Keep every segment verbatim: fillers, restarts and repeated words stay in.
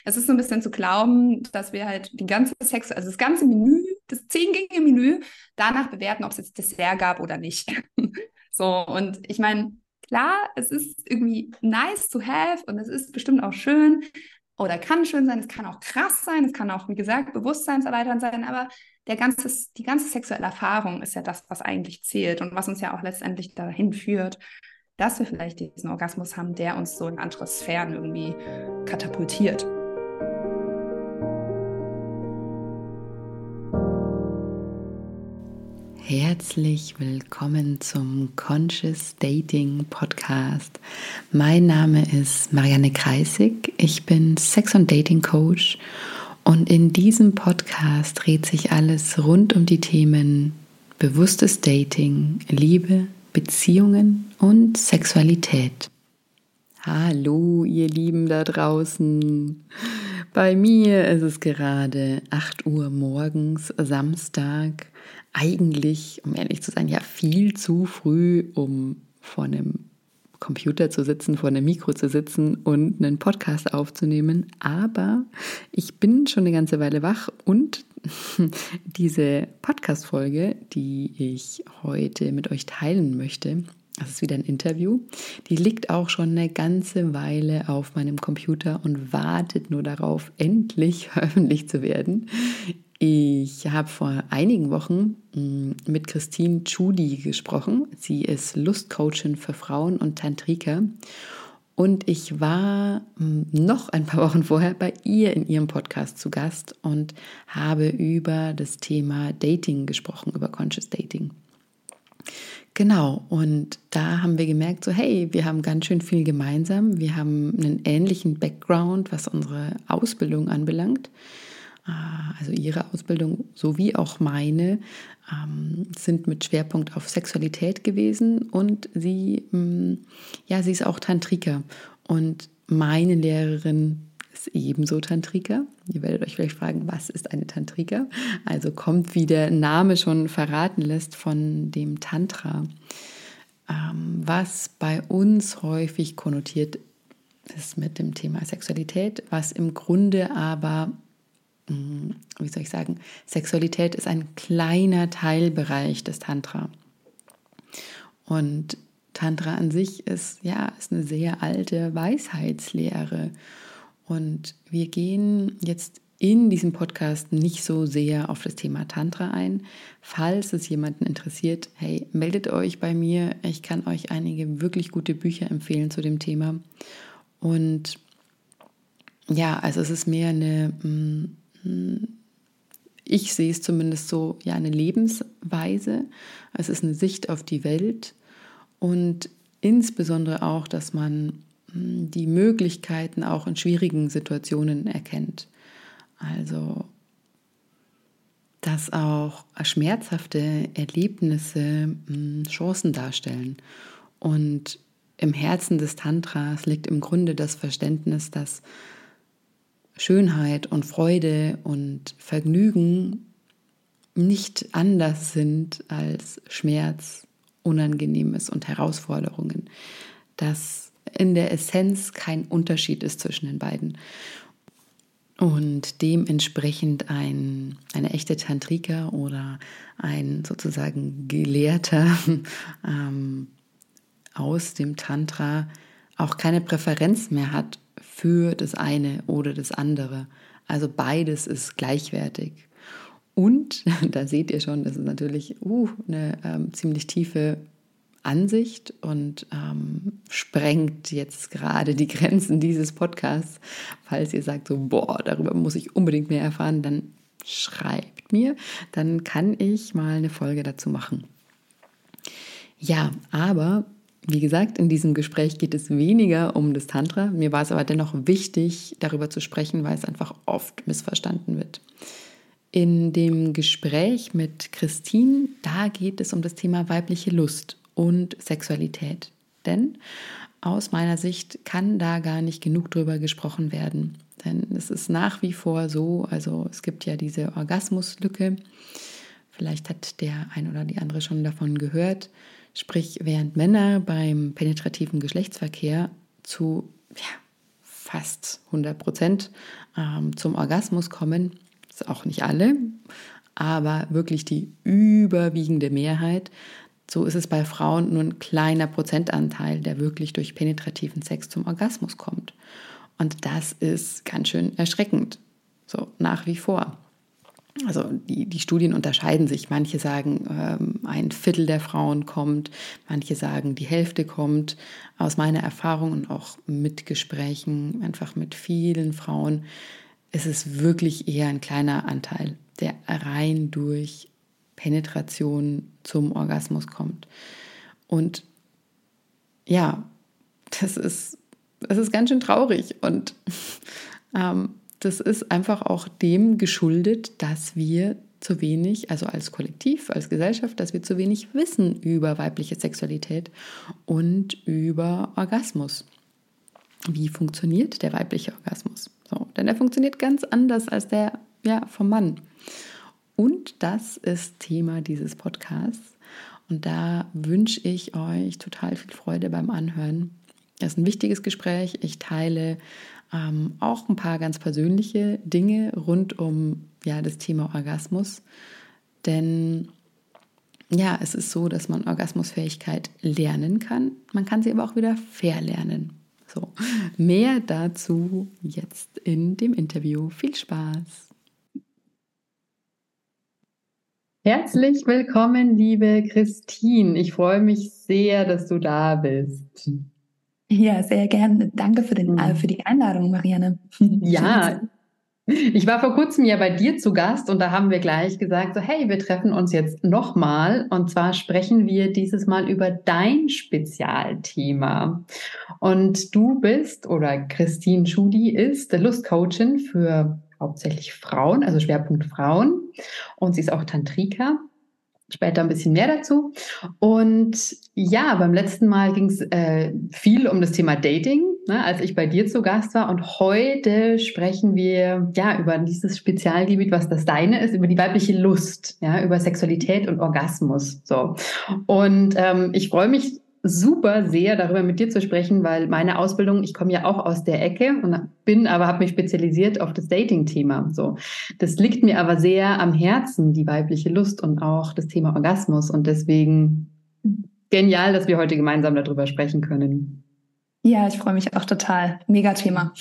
Es ist so ein bisschen zu glauben, dass wir halt die ganze Sex, also das ganze Menü, das zehn-Gänge-Menü, danach bewerten, ob es jetzt Dessert gab oder nicht. So, und ich meine, klar, es ist irgendwie nice to have und es ist bestimmt auch schön oder kann schön sein, es kann auch krass sein, es kann auch, wie gesagt, bewusstseinserweiternd sein, aber der ganze, die ganze sexuelle Erfahrung ist ja das, was eigentlich zählt und was uns ja auch letztendlich dahin führt, dass wir vielleicht diesen Orgasmus haben, der uns so in andere Sphären irgendwie katapultiert. Herzlich willkommen zum Conscious Dating Podcast. Mein Name ist Marianne Kreisig. Ich bin Sex- und Dating Coach und in diesem Podcast dreht sich alles rund um die Themen bewusstes Dating, Liebe, Beziehungen und Sexualität. Hallo, ihr Lieben da draußen. Bei mir ist es gerade acht Uhr morgens, Samstag. Eigentlich, um ehrlich zu sein, ja viel zu früh, um vor einem Computer zu sitzen, vor einem Mikro zu sitzen und einen Podcast aufzunehmen. Aber ich bin schon eine ganze Weile wach und diese Podcast-Folge, die ich heute mit euch teilen möchte, das ist wieder ein Interview, die liegt auch schon eine ganze Weile auf meinem Computer und wartet nur darauf, endlich veröffentlicht zu werden. Ich habe vor einigen Wochen mit Christine Tschudi gesprochen. Sie ist Lustcoachin für Frauen und Tantrika. Und ich war noch ein paar Wochen vorher bei ihr in ihrem Podcast zu Gast und habe über das Thema Dating gesprochen, über Conscious Dating. Genau, und da haben wir gemerkt, so hey, wir haben ganz schön viel gemeinsam. Wir haben einen ähnlichen Background, was unsere Ausbildung anbelangt. Also ihre Ausbildung sowie auch meine sind mit Schwerpunkt auf Sexualität gewesen und sie, ja, sie ist auch Tantrika und meine Lehrerin ist ebenso Tantrika. Ihr werdet euch vielleicht fragen, was ist eine Tantrika? Also kommt, wie der Name schon verraten lässt, von dem Tantra, was bei uns häufig konnotiert ist mit dem Thema Sexualität, was im Grunde aber, wie soll ich sagen, Sexualität ist ein kleiner Teilbereich des Tantra. Und Tantra an sich ist, ja, ist eine sehr alte Weisheitslehre. Und wir gehen jetzt in diesem Podcast nicht so sehr auf das Thema Tantra ein. Falls es jemanden interessiert, hey, meldet euch bei mir. Ich kann euch einige wirklich gute Bücher empfehlen zu dem Thema. Und ja, also es ist mehr eine, ich sehe es zumindest so, ja, eine Lebensweise. Es ist eine Sicht auf die Welt und insbesondere auch, dass man die Möglichkeiten auch in schwierigen Situationen erkennt. Also, dass auch schmerzhafte Erlebnisse Chancen darstellen. Und im Herzen des Tantras liegt im Grunde das Verständnis, dass Schönheit und Freude und Vergnügen nicht anders sind als Schmerz, Unangenehmes und Herausforderungen. Dass in der Essenz kein Unterschied ist zwischen den beiden. Und dementsprechend ein, eine echte Tantrika oder ein sozusagen Gelehrter ähm, aus dem Tantra auch keine Präferenz mehr hat für das eine oder das andere. Also beides ist gleichwertig. Und da seht ihr schon, das ist natürlich uh, eine ähm, ziemlich tiefe Ansicht und ähm, sprengt jetzt gerade die Grenzen dieses Podcasts. Falls ihr sagt, so, boah, darüber muss ich unbedingt mehr erfahren, dann schreibt mir, dann kann ich mal eine Folge dazu machen. Ja, aber wie gesagt, in diesem Gespräch geht es weniger um das Tantra. Mir war es aber dennoch wichtig, darüber zu sprechen, weil es einfach oft missverstanden wird. In dem Gespräch mit Christine, da geht es um das Thema weibliche Lust und Sexualität. Denn aus meiner Sicht kann da gar nicht genug drüber gesprochen werden. Denn es ist nach wie vor so, also es gibt ja diese Orgasmuslücke. Vielleicht hat der ein oder die andere schon davon gehört. Sprich, während Männer beim penetrativen Geschlechtsverkehr zu ja, fast hundert Prozent ähm, zum Orgasmus kommen. Das ist auch nicht alle, aber wirklich die überwiegende Mehrheit. So ist es bei Frauen nur ein kleiner Prozentanteil, der wirklich durch penetrativen Sex zum Orgasmus kommt. Und das ist ganz schön erschreckend, so nach wie vor. Also die, die Studien unterscheiden sich. Manche sagen, ähm, ein Viertel der Frauen kommt, manche sagen, die Hälfte kommt. Aus meiner Erfahrung und auch mit Gesprächen, einfach mit vielen Frauen, ist es wirklich eher ein kleiner Anteil, der rein durch Penetration zum Orgasmus kommt. Und ja, das ist, das ist ganz schön traurig und ähm, das ist einfach auch dem geschuldet, dass wir zu wenig, also als Kollektiv, als Gesellschaft, dass wir zu wenig wissen über weibliche Sexualität und über Orgasmus. Wie funktioniert der weibliche Orgasmus? So, denn er funktioniert ganz anders als der ja, vom Mann. Und das ist Thema dieses Podcasts. Und da wünsche ich euch total viel Freude beim Anhören. Das ist ein wichtiges Gespräch. Ich teile ähm, auch ein paar ganz persönliche Dinge rund um ja, das Thema Orgasmus. Denn ja, es ist so, dass man Orgasmusfähigkeit lernen kann. Man kann sie aber auch wieder verlernen. So, mehr dazu jetzt in dem Interview. Viel Spaß! Herzlich willkommen, liebe Christine. Ich freue mich sehr, dass du da bist. Ja, sehr gerne. Danke für, den, äh, für die Einladung, Marianne. Ja, ich war vor kurzem ja bei dir zu Gast und da haben wir gleich gesagt, so hey, wir treffen uns jetzt nochmal und zwar sprechen wir dieses Mal über dein Spezialthema. Und du bist, oder Christine Schudi ist Lustcoachin für hauptsächlich Frauen, also Schwerpunkt Frauen, und sie ist auch Tantrika. Später ein bisschen mehr dazu. Und ja, beim letzten Mal ging es äh, viel um das Thema Dating, ne, als ich bei dir zu Gast war. Und heute sprechen wir ja über dieses Spezialgebiet, was das deine ist, über die weibliche Lust, ja, über Sexualität und Orgasmus. So. Und ähm, ich freue mich super sehr, darüber mit dir zu sprechen, weil meine Ausbildung, ich komme ja auch aus der Ecke und bin aber, habe mich spezialisiert auf das Dating-Thema. So, das liegt mir aber sehr am Herzen, die weibliche Lust und auch das Thema Orgasmus und deswegen genial, dass wir heute gemeinsam darüber sprechen können. Ja, ich freue mich auch total. Mega Thema.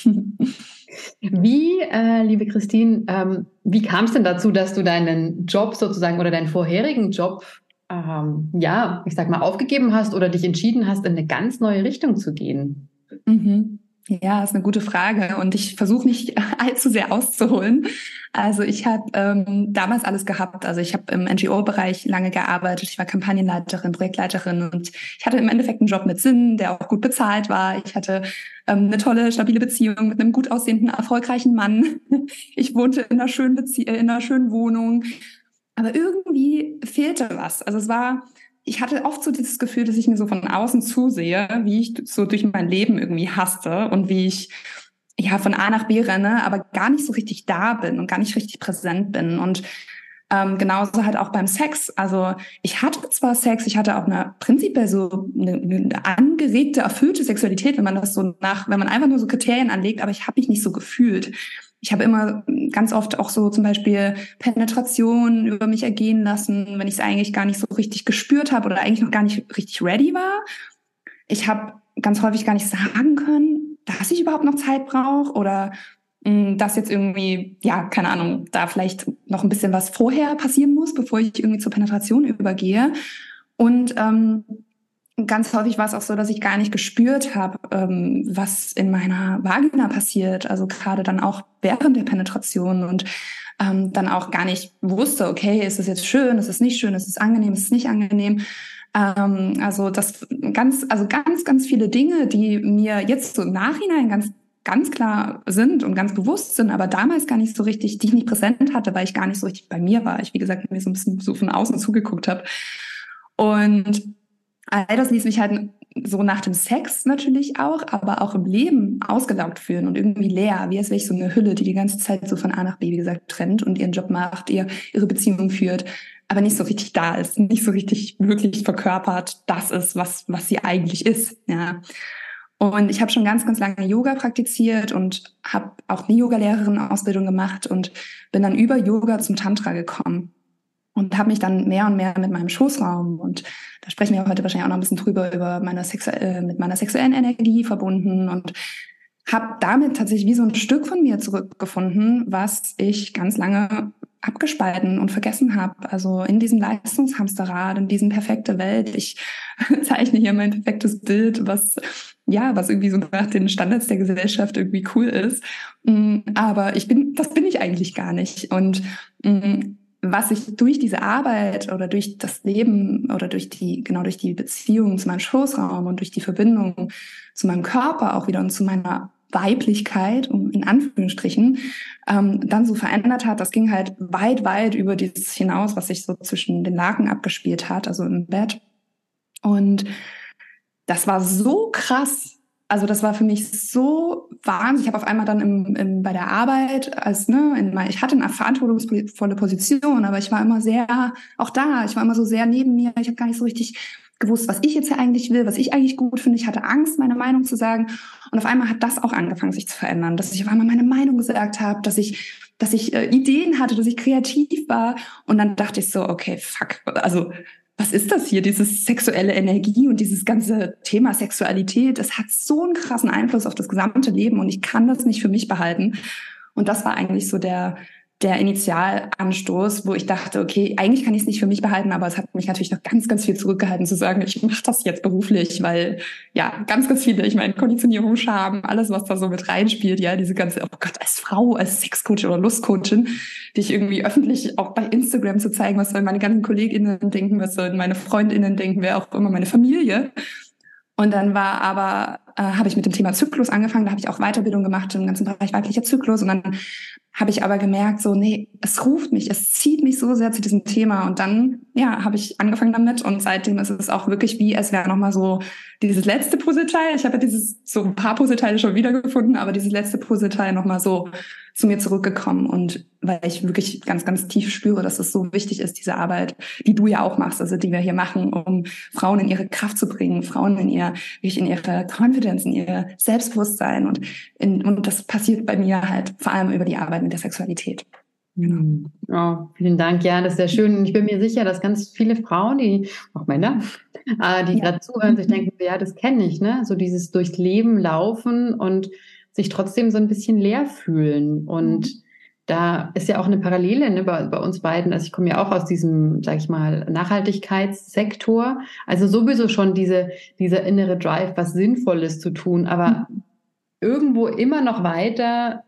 Wie, äh, liebe Christine, ähm, wie kam es denn dazu, dass du deinen Job sozusagen oder deinen vorherigen Job Ähm, ja, ich sag mal, aufgegeben hast oder dich entschieden hast, in eine ganz neue Richtung zu gehen? Mhm. Ja, ist eine gute Frage und ich versuche nicht allzu sehr auszuholen. Also ich habe ähm, damals alles gehabt. Also ich habe im N G O-Bereich lange gearbeitet. Ich war Kampagnenleiterin, Projektleiterin und ich hatte im Endeffekt einen Job mit Sinn, der auch gut bezahlt war. Ich hatte ähm, eine tolle, stabile Beziehung mit einem gut aussehenden, erfolgreichen Mann. Ich wohnte in einer schönen Bezie- in einer schönen Wohnung. Aber irgendwie fehlte was. Also es war, ich hatte oft so dieses Gefühl, dass ich mir so von außen zusehe, wie ich so durch mein Leben irgendwie haste und wie ich ja von A nach B renne, aber gar nicht so richtig da bin und gar nicht richtig präsent bin. Und ähm, genauso halt auch beim Sex. Also ich hatte zwar Sex, ich hatte auch eine prinzipiell so eine, eine angeregte, erfüllte Sexualität, wenn man das so nach, wenn man einfach nur so Kriterien anlegt, aber ich habe mich nicht so gefühlt. Ich habe immer ganz oft auch so zum Beispiel Penetration über mich ergehen lassen, wenn ich es eigentlich gar nicht so richtig gespürt habe oder eigentlich noch gar nicht richtig ready war. Ich habe ganz häufig gar nicht sagen können, dass ich überhaupt noch Zeit brauche oder mh, dass jetzt irgendwie, ja, keine Ahnung, da vielleicht noch ein bisschen was vorher passieren muss, bevor ich irgendwie zur Penetration übergehe. Und ähm, ganz häufig war es auch so, dass ich gar nicht gespürt habe, ähm, was in meiner Vagina passiert. Also gerade dann auch während der Penetration und ähm, dann auch gar nicht wusste, okay, ist es jetzt schön, ist es nicht schön, ist es angenehm, ist es nicht angenehm. Ähm, also das ganz, also ganz, ganz viele Dinge, die mir jetzt so im Nachhinein ganz ganz klar sind und ganz bewusst sind, aber damals gar nicht so richtig, die ich nicht präsent hatte, weil ich gar nicht so richtig bei mir war. Ich, wie gesagt, mir so ein bisschen so von außen zugeguckt habe. Und all das ließ mich halt so nach dem Sex natürlich auch, aber auch im Leben ausgelaugt fühlen und irgendwie leer, wie als wäre ich so eine Hülle, die die ganze Zeit so von A nach B, wie gesagt, trennt und ihren Job macht, ihr, ihre Beziehung führt, aber nicht so richtig da ist, nicht so richtig wirklich verkörpert das ist, was, was sie eigentlich ist, ja. Und ich habe schon ganz, ganz lange Yoga praktiziert und habe auch eine Yoga-Lehrerin-Ausbildung gemacht und bin dann über Yoga zum Tantra gekommen und habe mich dann mehr und mehr mit meinem Schoßraum, und da sprechen wir heute wahrscheinlich auch noch ein bisschen drüber, über meine Sexu- äh, mit meiner sexuellen Energie verbunden und habe damit tatsächlich wie so ein Stück von mir zurückgefunden, was ich ganz lange abgespalten und vergessen habe. Also in diesem Leistungshamsterrad, in diesem perfekte Welt. Ich zeichne hier mein perfektes Bild, was ja, was irgendwie so nach den Standards der Gesellschaft irgendwie cool ist. Aber ich bin, das bin ich eigentlich gar nicht. Und was ich durch diese Arbeit oder durch das Leben oder durch die, genau durch die Beziehung zu meinem Schoßraum und durch die Verbindung zu meinem Körper auch wieder und zu meiner Weiblichkeit, um in Anführungsstrichen, ähm, dann so verändert hat, das ging halt weit, weit über dieses hinaus, was sich so zwischen den Laken abgespielt hat, also im Bett. Und das war so krass. Also das war für mich so wahnsinnig. Ich habe auf einmal dann im, im, bei der Arbeit, als ne, in, ich hatte eine verantwortungsvolle Position, aber ich war immer sehr, auch da, ich war immer so sehr neben mir. Ich habe gar nicht so richtig gewusst, was ich jetzt hier eigentlich will, was ich eigentlich gut finde. Ich hatte Angst, meine Meinung zu sagen. Und auf einmal hat das auch angefangen, sich zu verändern, dass ich auf einmal meine Meinung gesagt habe, dass ich, dass ich äh, Ideen hatte, dass ich kreativ war. Und dann dachte ich so, okay, fuck, also was ist das hier, diese sexuelle Energie und dieses ganze Thema Sexualität, das hat so einen krassen Einfluss auf das gesamte Leben und ich kann das nicht für mich behalten. Und das war eigentlich so der, der Initialanstoß, wo ich dachte, okay, eigentlich kann ich es nicht für mich behalten, aber es hat mich natürlich noch ganz, ganz viel zurückgehalten zu sagen, ich mache das jetzt beruflich, weil ja, ganz, ganz viele, ich meine, Konditionierung, Scham, alles, was da so mit reinspielt, ja, diese ganze, oh Gott, als Frau, als Sexcoach oder Lustcoachin, dich irgendwie öffentlich auch bei Instagram zu zeigen, was sollen meine ganzen KollegInnen denken, was sollen meine FreundInnen denken, wer auch immer, meine Familie. Und dann war aber, äh, habe ich mit dem Thema Zyklus angefangen, da habe ich auch Weiterbildung gemacht im ganzen Bereich weiblicher Zyklus und dann habe ich aber gemerkt, so, nee, es ruft mich, es zieht mich so sehr zu diesem Thema. Und dann, ja, habe ich angefangen damit und seitdem ist es auch wirklich wie, es wäre nochmal so dieses letzte Puzzleteil. Ich habe ja dieses, so ein paar Puzzleteile schon wiedergefunden, aber dieses letzte Puzzleteil nochmal so zu mir zurückgekommen. Und weil ich wirklich ganz, ganz tief spüre, dass es so wichtig ist, diese Arbeit, die du ja auch machst, also die wir hier machen, um Frauen in ihre Kraft zu bringen, Frauen in ihr, in ihre Confidence, in ihr Selbstbewusstsein. Und, in, und das passiert bei mir halt vor allem über die Arbeit mit der Sexualität. Genau. Oh, vielen Dank. Ja, das ist sehr schön. Und ich bin mir sicher, dass ganz viele Frauen, die, auch Männer, äh, die ja. gerade zuhören, sich denken, ja, das kenne ich, ne? So dieses durchs Leben laufen und sich trotzdem so ein bisschen leer fühlen. Und mhm. da ist ja auch eine Parallele, ne, bei, bei uns beiden. Also ich komme ja auch aus diesem, sag ich mal, Nachhaltigkeitssektor. Also sowieso schon diese, dieser innere Drive, was Sinnvolles zu tun, aber mhm. irgendwo immer noch weiter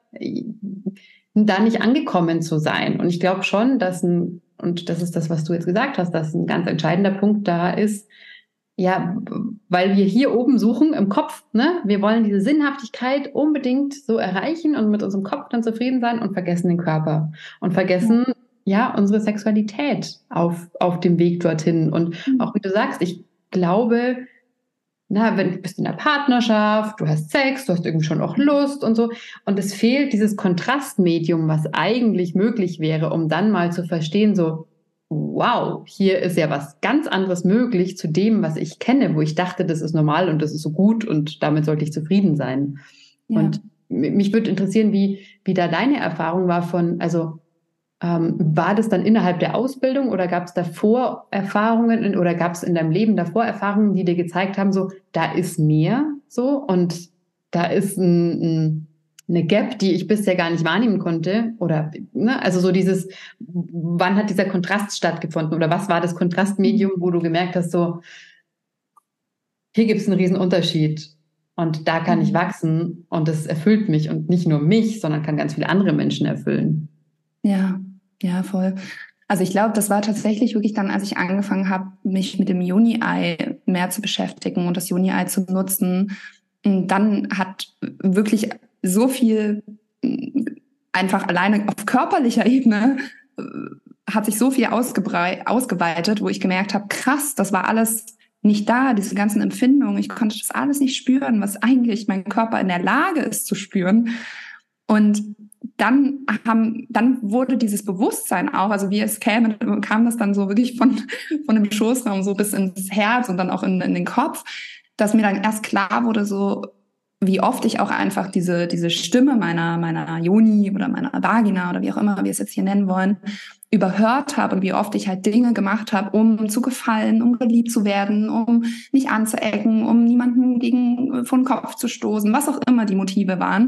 da nicht angekommen zu sein. Und ich glaube schon, dass ein, und das ist das, was du jetzt gesagt hast, dass ein ganz entscheidender Punkt da ist, ja, weil wir hier oben suchen im Kopf, ne? Wir wollen diese Sinnhaftigkeit unbedingt so erreichen und mit unserem Kopf dann zufrieden sein und vergessen den Körper und vergessen, ja, ja unsere Sexualität auf, auf dem Weg dorthin. Und auch wie du sagst, ich glaube, na, wenn du bist in der Partnerschaft, du hast Sex, du hast irgendwie schon auch Lust und so. Und es fehlt dieses Kontrastmedium, was eigentlich möglich wäre, um dann mal zu verstehen, so, wow, hier ist ja was ganz anderes möglich zu dem, was ich kenne, wo ich dachte, das ist normal und das ist so gut und damit sollte ich zufrieden sein. Ja. Und mich würde interessieren, wie, wie da deine Erfahrung war von, also, Ähm, war das dann innerhalb der Ausbildung oder gab es davor Erfahrungen in, oder gab es in deinem Leben davor Erfahrungen, die dir gezeigt haben, so, da ist mehr so und da ist ein, ein, eine Gap, die ich bisher gar nicht wahrnehmen konnte oder, ne, also so dieses, wann hat dieser Kontrast stattgefunden oder was war das Kontrastmedium, wo du gemerkt hast, so, hier gibt es einen riesen Unterschied und da kann ich wachsen und das erfüllt mich und nicht nur mich, sondern kann ganz viele andere Menschen erfüllen. Ja. Ja, voll. Also ich glaube, das war tatsächlich wirklich dann, als ich angefangen habe, mich mit dem Juni-Ei mehr zu beschäftigen und das Juni-Ei zu nutzen. Und dann hat wirklich so viel einfach alleine auf körperlicher Ebene hat sich so viel ausgebrei- ausgeweitet, wo ich gemerkt habe, krass, das war alles nicht da, diese ganzen Empfindungen. Ich konnte das alles nicht spüren, was eigentlich mein Körper in der Lage ist zu spüren. Und dann haben, dann wurde dieses Bewusstsein auch, also wie es käme, kam das dann so wirklich von, von dem Schoßraum so bis ins Herz und dann auch in, in den Kopf, dass mir dann erst klar wurde, so, wie oft ich auch einfach diese, diese Stimme meiner, meiner Yoni oder meiner Vagina oder wie auch immer wir es jetzt hier nennen wollen, überhört habe und wie oft ich halt Dinge gemacht habe, um zu gefallen, um geliebt zu werden, um nicht anzuecken, um niemanden gegen vor den Kopf zu stoßen, was auch immer die Motive waren.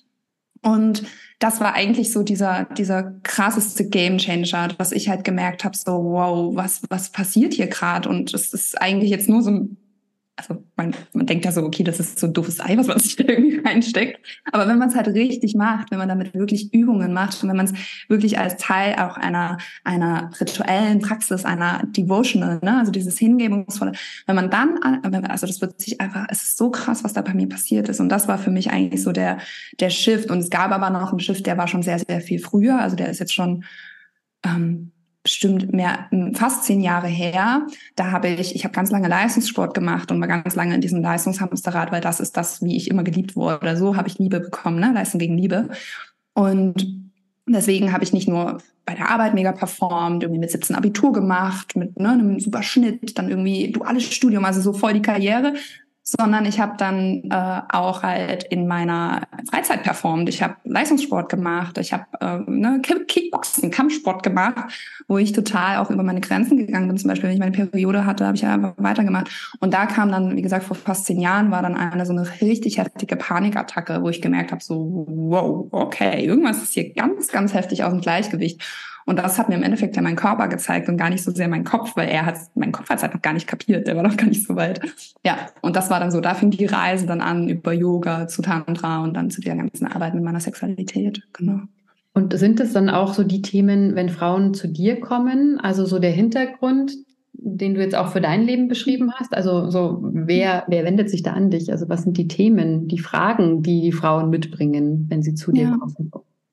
Und das war eigentlich so dieser dieser krasseste Gamechanger, dass ich halt gemerkt habe, so wow, was was passiert hier gerade? Und es ist eigentlich jetzt nur so ein, also man, man denkt ja so, okay, das ist so ein doofes Ei, was man sich da irgendwie reinsteckt. Aber wenn man es halt richtig macht, wenn man damit wirklich Übungen macht und wenn man es wirklich als Teil auch einer einer rituellen Praxis, einer Devotional, ne, also dieses Hingebungsvolle, wenn man dann, also das wird sich einfach, es ist so krass, was da bei mir passiert ist. Und das war für mich eigentlich so der der Shift. Und es gab aber noch einen Shift, der war schon sehr, sehr viel früher. Also der ist jetzt schon ähm, bestimmt mehr, fast zehn Jahre her. Da habe ich, ich habe ganz lange Leistungssport gemacht und war ganz lange in diesem Leistungshamsterrad, weil das ist das, wie ich immer geliebt wurde. So habe ich Liebe bekommen, ne? Leistung gegen Liebe. Und deswegen habe ich nicht nur bei der Arbeit mega performt, irgendwie mit siebzehn Abitur gemacht, mit ne, einem super Schnitt, dann irgendwie duales Studium, also so voll die Karriere, sondern ich habe dann äh, auch halt in meiner Freizeit performt. Ich habe Leistungssport gemacht, ich habe äh, ne, Kickboxen, Kampfsport gemacht, wo ich total auch über meine Grenzen gegangen bin. Zum Beispiel, wenn ich meine Periode hatte, habe ich ja einfach weitergemacht. Und da kam dann, wie gesagt, vor fast zehn Jahren war dann eine so eine richtig heftige Panikattacke, wo ich gemerkt habe, so wow, okay, irgendwas ist hier ganz, ganz heftig aus dem Gleichgewicht. Und das hat mir im Endeffekt ja mein Körper gezeigt und gar nicht so sehr mein Kopf, weil er hat, mein Kopf hat es halt noch gar nicht kapiert, der war noch gar nicht so weit. Ja, und das war dann so, da fing die Reise dann an über Yoga zu Tantra und dann zu der ganzen Arbeit mit meiner Sexualität, genau. Und sind es dann auch so die Themen, wenn Frauen zu dir kommen, also so der Hintergrund, den du jetzt auch für dein Leben beschrieben hast? Also so, wer, wer wendet sich da an dich? Also was sind die Themen, die Fragen, die die Frauen mitbringen, wenn sie zu dir Ja. kommen?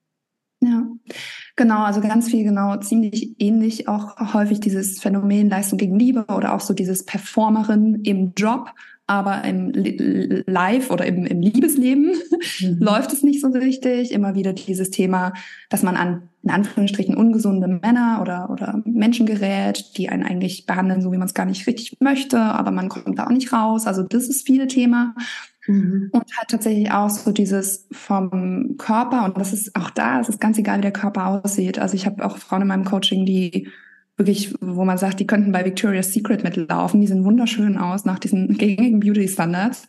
Ja, genau, also ganz viel, genau, ziemlich ähnlich auch häufig dieses Phänomen Leistung gegen Liebe oder auch so dieses Performerin im Job, aber im Live oder im, im Liebesleben mhm. läuft es nicht so richtig. Immer wieder dieses Thema, dass man an, in Anführungsstrichen, ungesunde Männer oder, oder Menschen gerät, die einen eigentlich behandeln, so wie man es gar nicht richtig möchte, aber man kommt da auch nicht raus. Also das ist viel Thema. Mhm. Und halt tatsächlich auch so dieses vom Körper, und das ist auch da, es ist ganz egal, wie der Körper aussieht. Also ich habe auch Frauen in meinem Coaching, die wirklich, wo man sagt, die könnten bei Victoria's Secret mitlaufen, die sehen wunderschön aus nach diesen gängigen Beauty-Standards,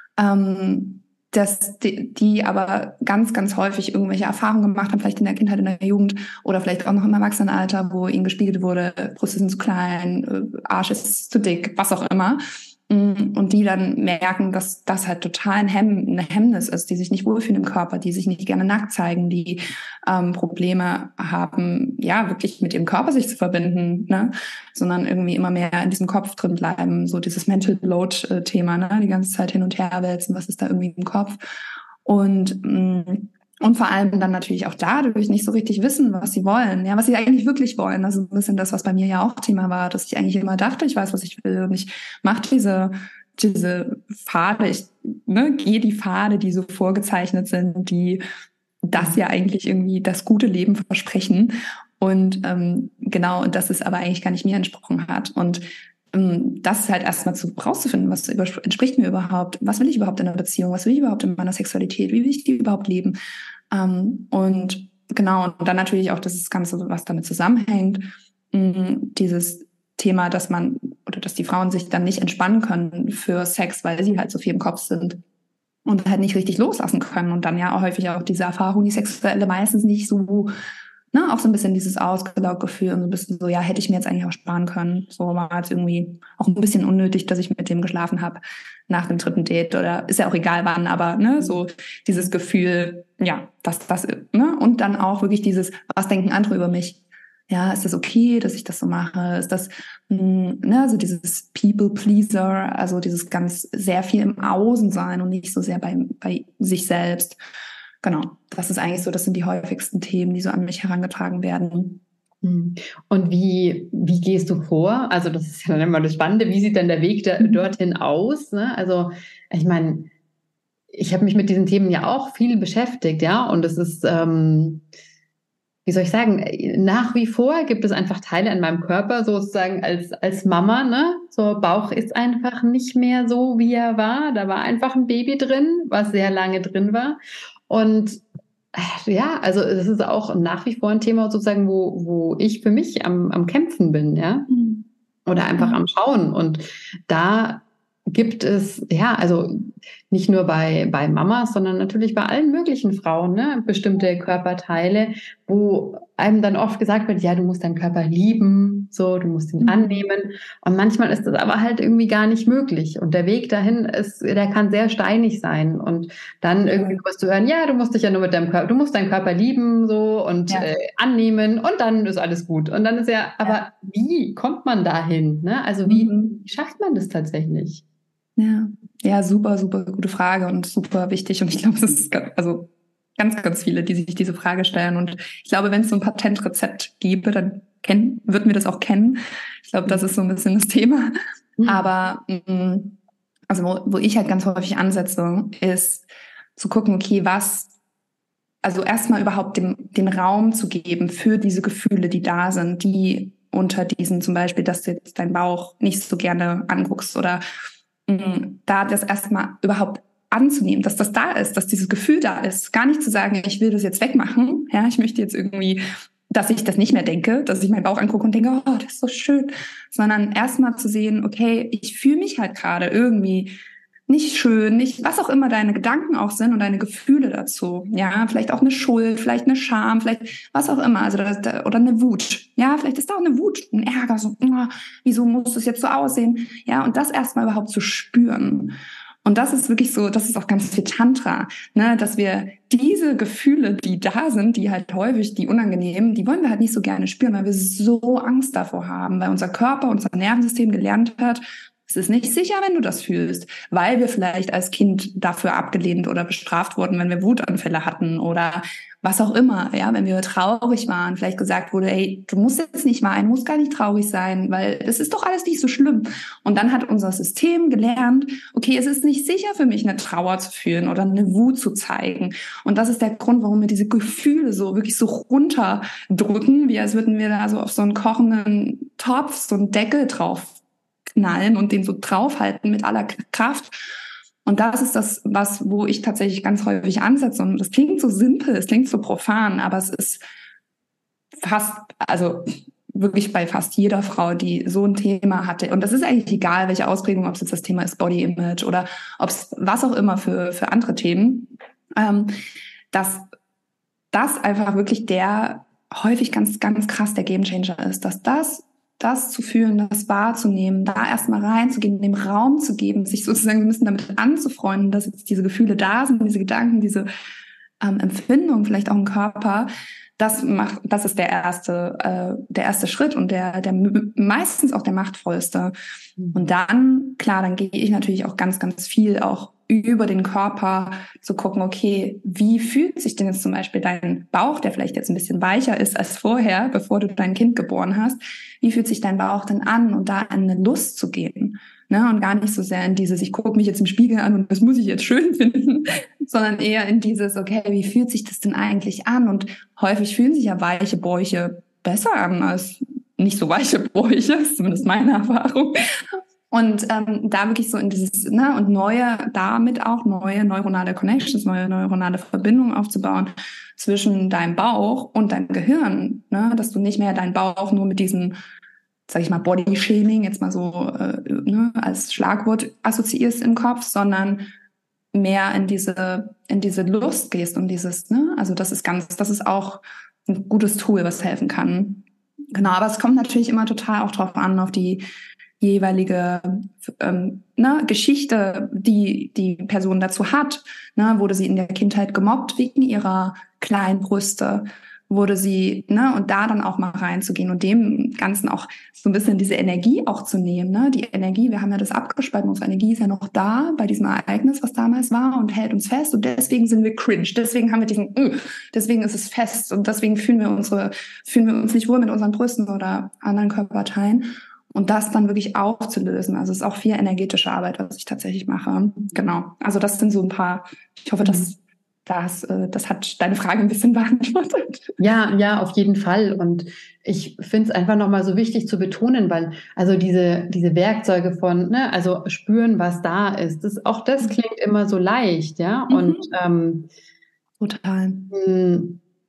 ähm, dass die, die aber ganz, ganz häufig irgendwelche Erfahrungen gemacht haben, vielleicht in der Kindheit, in der Jugend oder vielleicht auch noch im Erwachsenenalter, wo ihnen gespiegelt wurde, Brüste sind zu klein, Arsch ist zu dick, was auch immer. Und die dann merken, dass das halt total ein Hemm, eine Hemmnis ist, die sich nicht wohlfühlen im Körper, die sich nicht gerne nackt zeigen, die ähm, Probleme haben, ja, wirklich mit ihrem Körper sich zu verbinden, ne? Sondern irgendwie immer mehr in diesem Kopf drin bleiben, so dieses Mental Load-Thema, ne? Die ganze Zeit hin und her wälzen, was ist da irgendwie im Kopf? Und mh, Und vor allem dann natürlich auch dadurch nicht so richtig wissen, was sie wollen, ja, was sie eigentlich wirklich wollen. Das ist ein bisschen das, was bei mir ja auch Thema war, dass ich eigentlich immer dachte, ich weiß, was ich will. Und ich mache diese, diese Pfade, ich ne, gehe die Pfade, die so vorgezeichnet sind, die das ja eigentlich irgendwie das gute Leben versprechen. Und ähm, genau, und das ist aber eigentlich gar nicht mir entsprochen hat. Und ähm, das ist halt erstmal zu rauszufinden, was entspricht mir überhaupt, was will ich überhaupt in einer Beziehung, was will ich überhaupt in meiner Sexualität, wie will ich die überhaupt leben? Um, und genau, und dann natürlich auch das Ganze, was damit zusammenhängt, mh, dieses Thema, dass man oder dass die Frauen sich dann nicht entspannen können für Sex, weil sie halt so viel im Kopf sind und halt nicht richtig loslassen können und dann ja auch häufig auch diese Erfahrung, die sexuelle meistens nicht so, ne, auch so ein bisschen dieses ausgelaugt Gefühl und so ein bisschen so, ja, hätte ich mir jetzt eigentlich auch sparen können. So war jetzt irgendwie auch ein bisschen unnötig, dass ich mit dem geschlafen habe nach dem dritten Date oder ist ja auch egal wann, aber ne, so dieses Gefühl, ja, dass das, ne, und dann auch wirklich dieses, was denken andere über mich? Ja, ist das okay, dass ich das so mache? Ist das, mh, ne, so dieses People-Pleaser, also dieses ganz sehr viel im Außen sein und nicht so sehr bei, bei sich selbst. Genau, das ist eigentlich so, das sind die häufigsten Themen, die so an mich herangetragen werden. Und wie, wie gehst du vor? Also das ist ja dann immer das Spannende, wie sieht denn der Weg da, dorthin aus? Ne? Also ich meine, ich habe mich mit diesen Themen ja auch viel beschäftigt, ja, und es ist, ähm, wie soll ich sagen, nach wie vor gibt es einfach Teile in meinem Körper, sozusagen als, als Mama, ne? So, Bauch ist einfach nicht mehr so, wie er war. Da war einfach ein Baby drin, was sehr lange drin war. Und äh, ja, also es ist auch nach wie vor ein Thema sozusagen, wo, wo ich für mich am, am Kämpfen bin, ja. Mhm. Oder einfach Ja. am Schauen. Und da gibt es, ja, also nicht nur bei, bei Mamas, sondern natürlich bei allen möglichen Frauen, ne, bestimmte Körperteile, wo einem dann oft gesagt wird, ja, du musst deinen Körper lieben, so, du musst ihn Mhm. annehmen. Und manchmal ist das aber halt irgendwie gar nicht möglich. Und der Weg dahin ist, der kann sehr steinig sein. Und dann irgendwie was zu hören, ja, du musst dich ja nur mit deinem Körper, du musst deinen Körper lieben, so, und Ja. äh, annehmen, und dann ist alles gut. Und dann ist ja, aber Ja. wie kommt man dahin, ne? Also wie Mhm. schafft man das tatsächlich? Ja, ja, super, super gute Frage und super wichtig. Und ich glaube, es ist ganz, also ganz, ganz viele, die sich diese Frage stellen. Und ich glaube, wenn es so ein Patentrezept gäbe, dann kennen, würden wir das auch kennen. Ich glaube, das ist so ein bisschen das Thema. Aber mh, also wo, wo ich halt ganz häufig ansetze, ist zu gucken, okay, was, also erstmal überhaupt dem, den Raum zu geben für diese Gefühle, die da sind, die unter diesen zum Beispiel, dass du jetzt deinen Bauch nicht so gerne anguckst oder da das erstmal überhaupt anzunehmen, dass das da ist, dass dieses Gefühl da ist. Gar nicht zu sagen, ich will das jetzt wegmachen. Ja, ich möchte jetzt irgendwie, dass ich das nicht mehr denke, dass ich meinen Bauch angucke und denke, oh, das ist so schön. Sondern erstmal zu sehen, okay, ich fühle mich halt gerade irgendwie nicht schön, nicht, was auch immer deine Gedanken auch sind und deine Gefühle dazu. Ja, vielleicht auch eine Schuld, vielleicht eine Scham, vielleicht was auch immer. Also, das, oder eine Wut. Ja, vielleicht ist da auch eine Wut, ein Ärger, so, oh, wieso muss das jetzt so aussehen? Ja, und das erstmal überhaupt zu spüren. Und das ist wirklich so, das ist auch ganz viel Tantra, ne, dass wir diese Gefühle, die da sind, die halt häufig, die unangenehmen, die wollen wir halt nicht so gerne spüren, weil wir so Angst davor haben, weil unser Körper, unser Nervensystem gelernt hat, es ist nicht sicher, wenn du das fühlst, weil wir vielleicht als Kind dafür abgelehnt oder bestraft wurden, wenn wir Wutanfälle hatten oder was auch immer, ja, wenn wir traurig waren, vielleicht gesagt wurde, ey, du musst jetzt nicht weinen, musst gar nicht traurig sein, weil das ist doch alles nicht so schlimm. Und dann hat unser System gelernt, okay, es ist nicht sicher für mich, eine Trauer zu fühlen oder eine Wut zu zeigen. Und das ist der Grund, warum wir diese Gefühle so wirklich so runterdrücken, wie als würden wir da so auf so einen kochenden Topf so einen Deckel drauf knallen und den so draufhalten mit aller Kraft. Und das ist das, was, wo ich tatsächlich ganz häufig ansetze. Und das klingt so simpel, es klingt so profan, aber es ist fast, also wirklich bei fast jeder Frau, die so ein Thema hatte. Und das ist eigentlich egal, welche Ausprägung, ob es jetzt das Thema ist Body Image oder ob es was auch immer für, für andere Themen, ähm, dass das einfach wirklich der häufig ganz, ganz krass der Gamechanger ist, dass das das zu fühlen, das wahrzunehmen, da erstmal reinzugehen, dem Raum zu geben, sich sozusagen ein bisschen damit anzufreunden, dass jetzt diese Gefühle da sind, diese Gedanken, diese ähm, Empfindungen, vielleicht auch im Körper, das macht, das ist der erste, äh, der erste Schritt und der, der meistens auch der machtvollste. Und dann, klar, dann gehe ich natürlich auch ganz, ganz viel auch über den Körper zu gucken, okay, wie fühlt sich denn jetzt zum Beispiel dein Bauch, der vielleicht jetzt ein bisschen weicher ist als vorher, bevor du dein Kind geboren hast, wie fühlt sich dein Bauch denn an und da in eine Lust zu gehen, ne? Und gar nicht so sehr in dieses, ich gucke mich jetzt im Spiegel an und das muss ich jetzt schön finden, sondern eher in dieses, okay, wie fühlt sich das denn eigentlich an? Und häufig fühlen sich ja weiche Bäuche besser an als nicht so weiche Bäuche, ist zumindest meine Erfahrung. Und ähm, da wirklich so in dieses, ne, und neue, damit auch neue neuronale Connections, neue neuronale Verbindungen aufzubauen zwischen deinem Bauch und deinem Gehirn, ne, dass du nicht mehr deinen Bauch nur mit diesem, sag ich mal, Body-Shaming jetzt mal so äh, ne, als Schlagwort assoziierst im Kopf, sondern mehr in diese, in diese Lust gehst und dieses, ne, also das ist ganz, das ist auch ein gutes Tool, was helfen kann. Genau, aber es kommt natürlich immer total auch drauf an, auf die jeweilige ähm, ne, Geschichte, die die Person dazu hat. Ne, wurde sie in der Kindheit gemobbt wegen ihrer kleinen Brüste? Wurde sie, ne, und da dann auch mal reinzugehen und dem Ganzen auch so ein bisschen diese Energie auch zu nehmen, ne, die Energie, wir haben ja das abgespalten, unsere Energie ist ja noch da bei diesem Ereignis, was damals war und hält uns fest und deswegen sind wir cringe, deswegen haben wir diesen, uh, deswegen ist es fest und deswegen fühlen wir unsere, fühlen wir uns nicht wohl mit unseren Brüsten oder anderen Körperteilen. Und das dann wirklich aufzulösen. Also es ist auch viel energetische Arbeit, was ich tatsächlich mache. Genau. Also das sind so ein paar, ich hoffe, das das, äh, das hat deine Frage ein bisschen beantwortet. Ja, ja, auf jeden Fall. Und ich finde es einfach nochmal so wichtig zu betonen, weil also diese, diese Werkzeuge von, ne, also spüren, was da ist, das, auch das klingt immer so leicht, ja. Mhm. Und ähm, total. mh,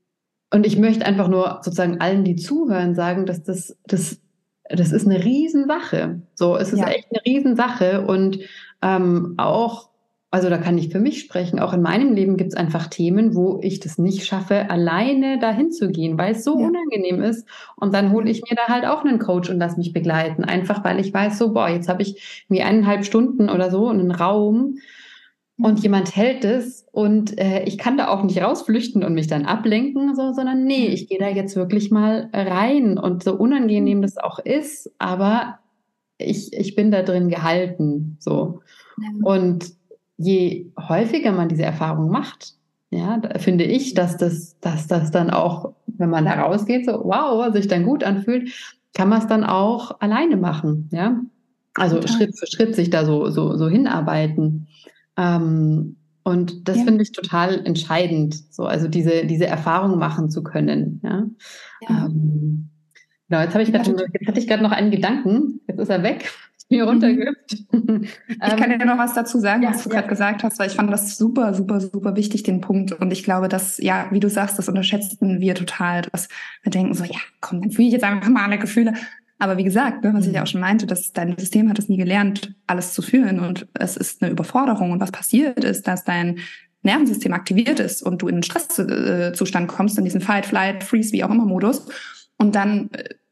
und ich möchte einfach nur sozusagen allen, die zuhören, sagen, dass das, das, das ist eine Riesensache. So, es ist Ja. echt eine Riesensache. Und ähm, auch, also da kann ich für mich sprechen, auch in meinem Leben gibt es einfach Themen, wo ich das nicht schaffe, alleine dahin zu gehen, weil es so Ja. unangenehm ist. Und dann hole ich mir da halt auch einen Coach und lass mich begleiten. Einfach weil ich weiß, so, boah, jetzt habe ich wie eineinhalb Stunden oder so einen Raum. Und jemand hält es und äh, ich kann da auch nicht rausflüchten und mich dann ablenken, so, sondern nee, ich gehe da jetzt wirklich mal rein. Und so unangenehm das auch ist, aber ich, ich bin da drin gehalten. So. Ja. Und je häufiger man diese Erfahrung macht, ja, da finde ich, dass das, dass das dann auch, wenn man da rausgeht, so wow, sich dann gut anfühlt, kann man es dann auch alleine machen. Ja? Also Total. Schritt für Schritt sich da so, so, so hinarbeiten. Ähm, und das Ja. finde ich total entscheidend, so, also diese, diese Erfahrung machen zu können. Ja? Ja. Ähm, genau, jetzt, habe ich Ja, grad, total. jetzt hatte ich gerade noch einen Gedanken, jetzt ist er weg, ist mir runtergehüpft. Ich kann ja noch was dazu sagen, ja, was du ja. gerade gesagt hast, weil ich fand das super, super, super wichtig, den Punkt. Und ich glaube, dass, ja, wie du sagst, das unterschätzen wir total, dass wir denken so, ja, komm, dann fühle ich jetzt einfach mal alle Gefühle. Aber wie gesagt, ne, was ich ja auch schon meinte, dass dein System hat es nie gelernt, alles zu fühlen. Und es ist eine Überforderung. Und was passiert ist, dass dein Nervensystem aktiviert ist und du in einen Stresszustand kommst, in diesen Fight, Flight, Freeze, wie auch immer Modus. Und dann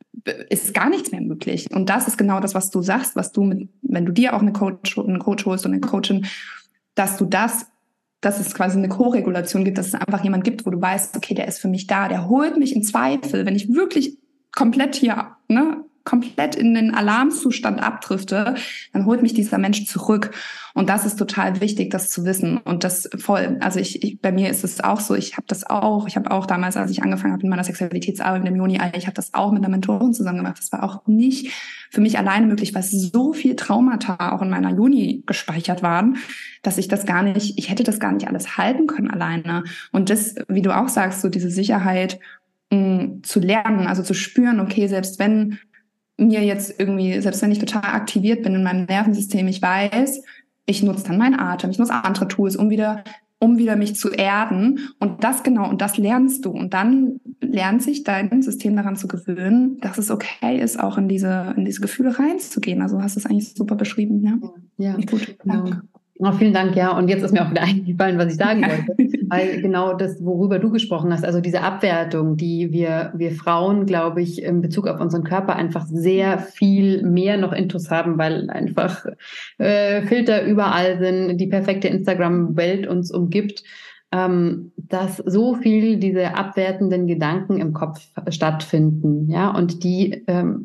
ist gar nichts mehr möglich. Und das ist genau das, was du sagst, was du, mit, wenn du dir auch eine Coach, einen Coach holst und eine Coachin, dass du das, dass es quasi eine Co-Regulation gibt, dass es einfach jemand gibt, wo du weißt, okay, der ist für mich da, der holt mich in Zweifel, wenn ich wirklich komplett hier, ne, komplett in den Alarmzustand abdrifte, dann holt mich dieser Mensch zurück. Und das ist total wichtig, das zu wissen. Und das voll, also ich, ich bei mir ist es auch so, ich habe das auch, ich habe auch damals, als ich angefangen habe in meiner Sexualitätsarbeit im Juni, ich habe das auch mit einer Mentorin zusammen gemacht. Das war auch nicht für mich alleine möglich, weil so viel Traumata auch in meiner Juni gespeichert waren, dass ich das gar nicht, ich hätte das gar nicht alles halten können alleine. Und das, wie du auch sagst, so diese Sicherheit mh, zu lernen, also zu spüren, okay, selbst wenn mir jetzt irgendwie, selbst wenn ich total aktiviert bin in meinem Nervensystem, ich weiß, ich nutze dann meinen Atem, ich nutze andere Tools, um wieder, um wieder mich zu erden. Und das genau, und das lernst du. Und dann lernt sich dein System daran zu gewöhnen, dass es okay ist, auch in diese, in diese Gefühle reinzugehen. Also du hast es eigentlich super beschrieben, ja? Ja, Nicht gut. genau. Danke. Oh, vielen Dank, ja. Und jetzt ist mir auch wieder eingefallen, was ich sagen wollte. Weil genau das, worüber du gesprochen hast, also diese Abwertung, die wir, wir Frauen, glaube ich, in Bezug auf unseren Körper einfach sehr viel mehr noch Intus haben, weil einfach äh, Filter überall sind, die perfekte Instagram-Welt uns umgibt, ähm, dass so viel diese abwertenden Gedanken im Kopf stattfinden, ja, und die ähm,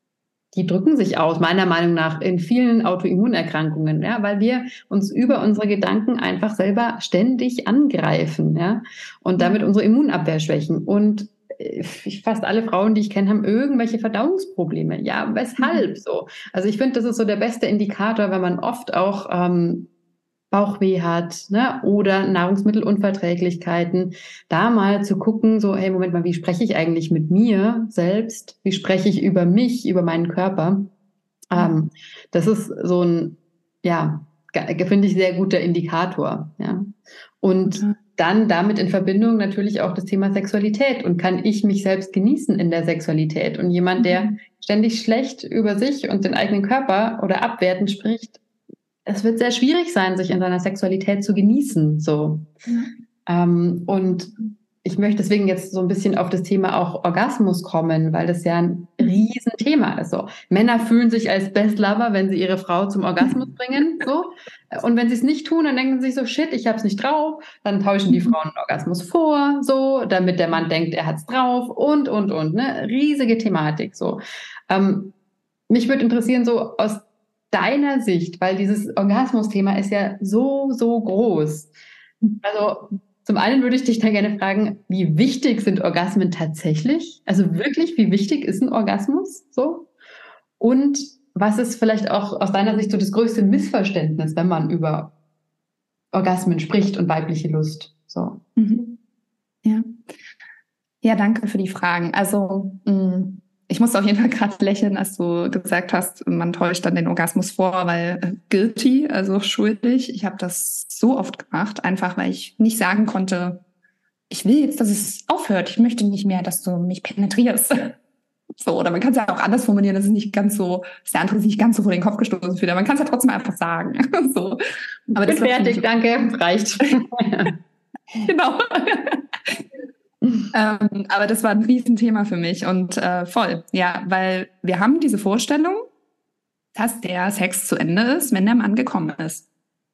die drücken sich aus, meiner Meinung nach, in vielen Autoimmunerkrankungen, ja, weil wir uns über unsere Gedanken einfach selber ständig angreifen, ja, und damit unsere Immunabwehr schwächen. Und fast alle Frauen, die ich kenne, haben irgendwelche Verdauungsprobleme. Ja, weshalb so? Also ich finde, das ist so der beste Indikator, wenn man oft auch ähm, Bauchweh hat, ne, oder Nahrungsmittelunverträglichkeiten, da mal zu gucken, so, hey, Moment mal, wie spreche ich eigentlich mit mir selbst? Wie spreche ich über mich, über meinen Körper? Ähm, das ist so ein, ja, finde ich, sehr guter Indikator, ja. Und Mhm. dann damit in Verbindung natürlich auch das Thema Sexualität. Und kann ich mich selbst genießen in der Sexualität? Und jemand, der Mhm. ständig schlecht über sich und den eigenen Körper oder abwertend spricht, es wird sehr schwierig sein, sich in seiner Sexualität zu genießen, so. Mhm. Ähm, und ich möchte deswegen jetzt so ein bisschen auf das Thema auch Orgasmus kommen, weil das ja ein Riesenthema ist. So. Männer fühlen sich als Best Lover, wenn sie ihre Frau zum Orgasmus bringen, so. Und wenn sie es nicht tun, dann denken sie sich so, shit, ich hab's nicht drauf. Dann tauschen die Frauen einen Orgasmus vor, so, damit der Mann denkt, er hat's drauf und, und, und, ne. Riesige Thematik, so. Ähm, mich würde interessieren, so aus deiner Sicht, weil dieses Orgasmus-Thema ist ja so, so groß. Also zum einen würde ich dich da gerne fragen, wie wichtig sind Orgasmen tatsächlich? Also wirklich, wie wichtig ist ein Orgasmus? So? Und was ist vielleicht auch aus deiner Sicht so das größte Missverständnis, wenn man über Orgasmen spricht und weibliche Lust? So. Mhm. Ja. Ja, danke für die Fragen. Also, mh, ich musste auf jeden Fall gerade lächeln, als du gesagt hast, man täuscht dann den Orgasmus vor, weil äh, guilty, also schuldig. Ich habe das so oft gemacht, einfach weil ich nicht sagen konnte, ich will jetzt, dass es aufhört. Ich möchte nicht mehr, dass du mich penetrierst. So, oder man kann es ja auch anders formulieren, dass es nicht ganz so, dass der andere sich nicht ganz so vor den Kopf gestoßen fühlt, aber man kann es ja trotzdem einfach sagen. So. Aber Bin das war für fertig, mich, danke, reicht. genau. ähm, aber das war ein Riesenthema für mich und äh, voll, ja, weil wir haben diese Vorstellung, dass der Sex zu Ende ist, wenn der Mann gekommen ist.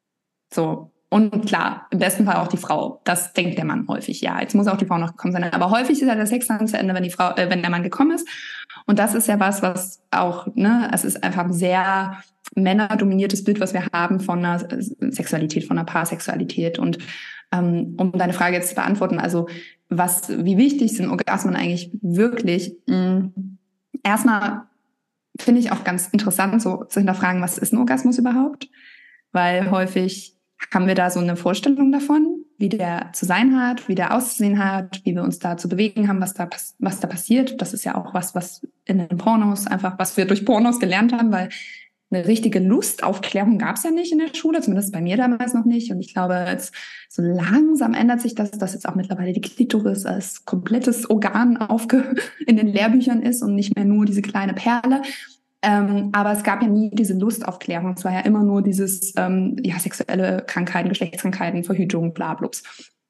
So. Und klar, im besten Fall auch die Frau. Das denkt der Mann häufig. Ja, jetzt muss auch die Frau noch gekommen sein. Aber häufig ist ja der Sex dann zu Ende, wenn die Frau, äh, wenn der Mann gekommen ist. Und das ist ja was, was auch, ne, es ist einfach ein sehr männerdominiertes Bild, was wir haben von einer Sexualität, von einer Paarsexualität. Und ähm, um deine Frage jetzt zu beantworten, also was, wie wichtig sind Orgasmen eigentlich wirklich? Mh, erstmal finde ich auch ganz interessant, so zu hinterfragen, was ist ein Orgasmus überhaupt? Weil häufig haben wir da so eine Vorstellung davon, wie der zu sein hat, wie der auszusehen hat, wie wir uns da zu bewegen haben, was da, was da passiert. Das ist ja auch was, was in den Pornos einfach, was wir durch Pornos gelernt haben, weil eine richtige Lustaufklärung gab es ja nicht in der Schule, zumindest bei mir damals noch nicht. Und ich glaube, jetzt so langsam ändert sich das, dass jetzt auch mittlerweile die Klitoris als komplettes Organ aufge in den Lehrbüchern ist und nicht mehr nur diese kleine Perle. Ähm, aber es gab ja nie diese Lustaufklärung. Es war ja immer nur dieses, ähm, ja, sexuelle Krankheiten, Geschlechtskrankheiten, Verhütung, bla, blubs.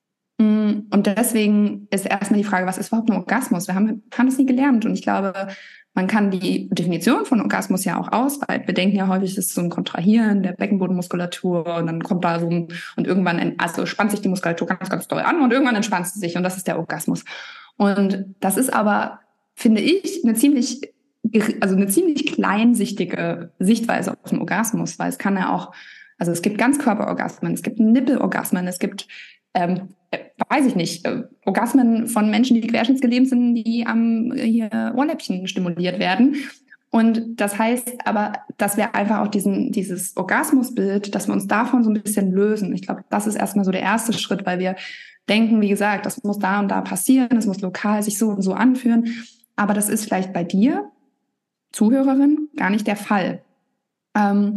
Und deswegen ist erstmal die Frage, was ist überhaupt ein Orgasmus? Wir haben, haben das nie gelernt. Und ich glaube, man kann die Definition von Orgasmus ja auch ausweiten. Wir denken ja häufig, es ist so ein Kontrahieren der Beckenbodenmuskulatur und dann kommt da so ein, und irgendwann, also spannt sich die Muskulatur ganz, ganz doll an und irgendwann entspannt sie sich und das ist der Orgasmus. Und das ist aber, finde ich, eine ziemlich also eine ziemlich kleinsichtige Sichtweise auf den Orgasmus, weil es kann ja auch, also es gibt Ganzkörperorgasmen, es gibt Nippelorgasmen, es gibt, ähm, weiß ich nicht, äh, Orgasmen von Menschen, die querschnittsgelähmt sind, die am hier Ohrläppchen stimuliert werden. Und das heißt aber, dass wir einfach auch diesen, dieses Orgasmusbild, dass wir uns davon so ein bisschen lösen. Ich glaube, das ist erstmal so der erste Schritt, weil wir denken, wie gesagt, das muss da und da passieren, das muss lokal sich so und so anfühlen. Aber das ist vielleicht bei dir, Zuhörerin, gar nicht der Fall. Ähm,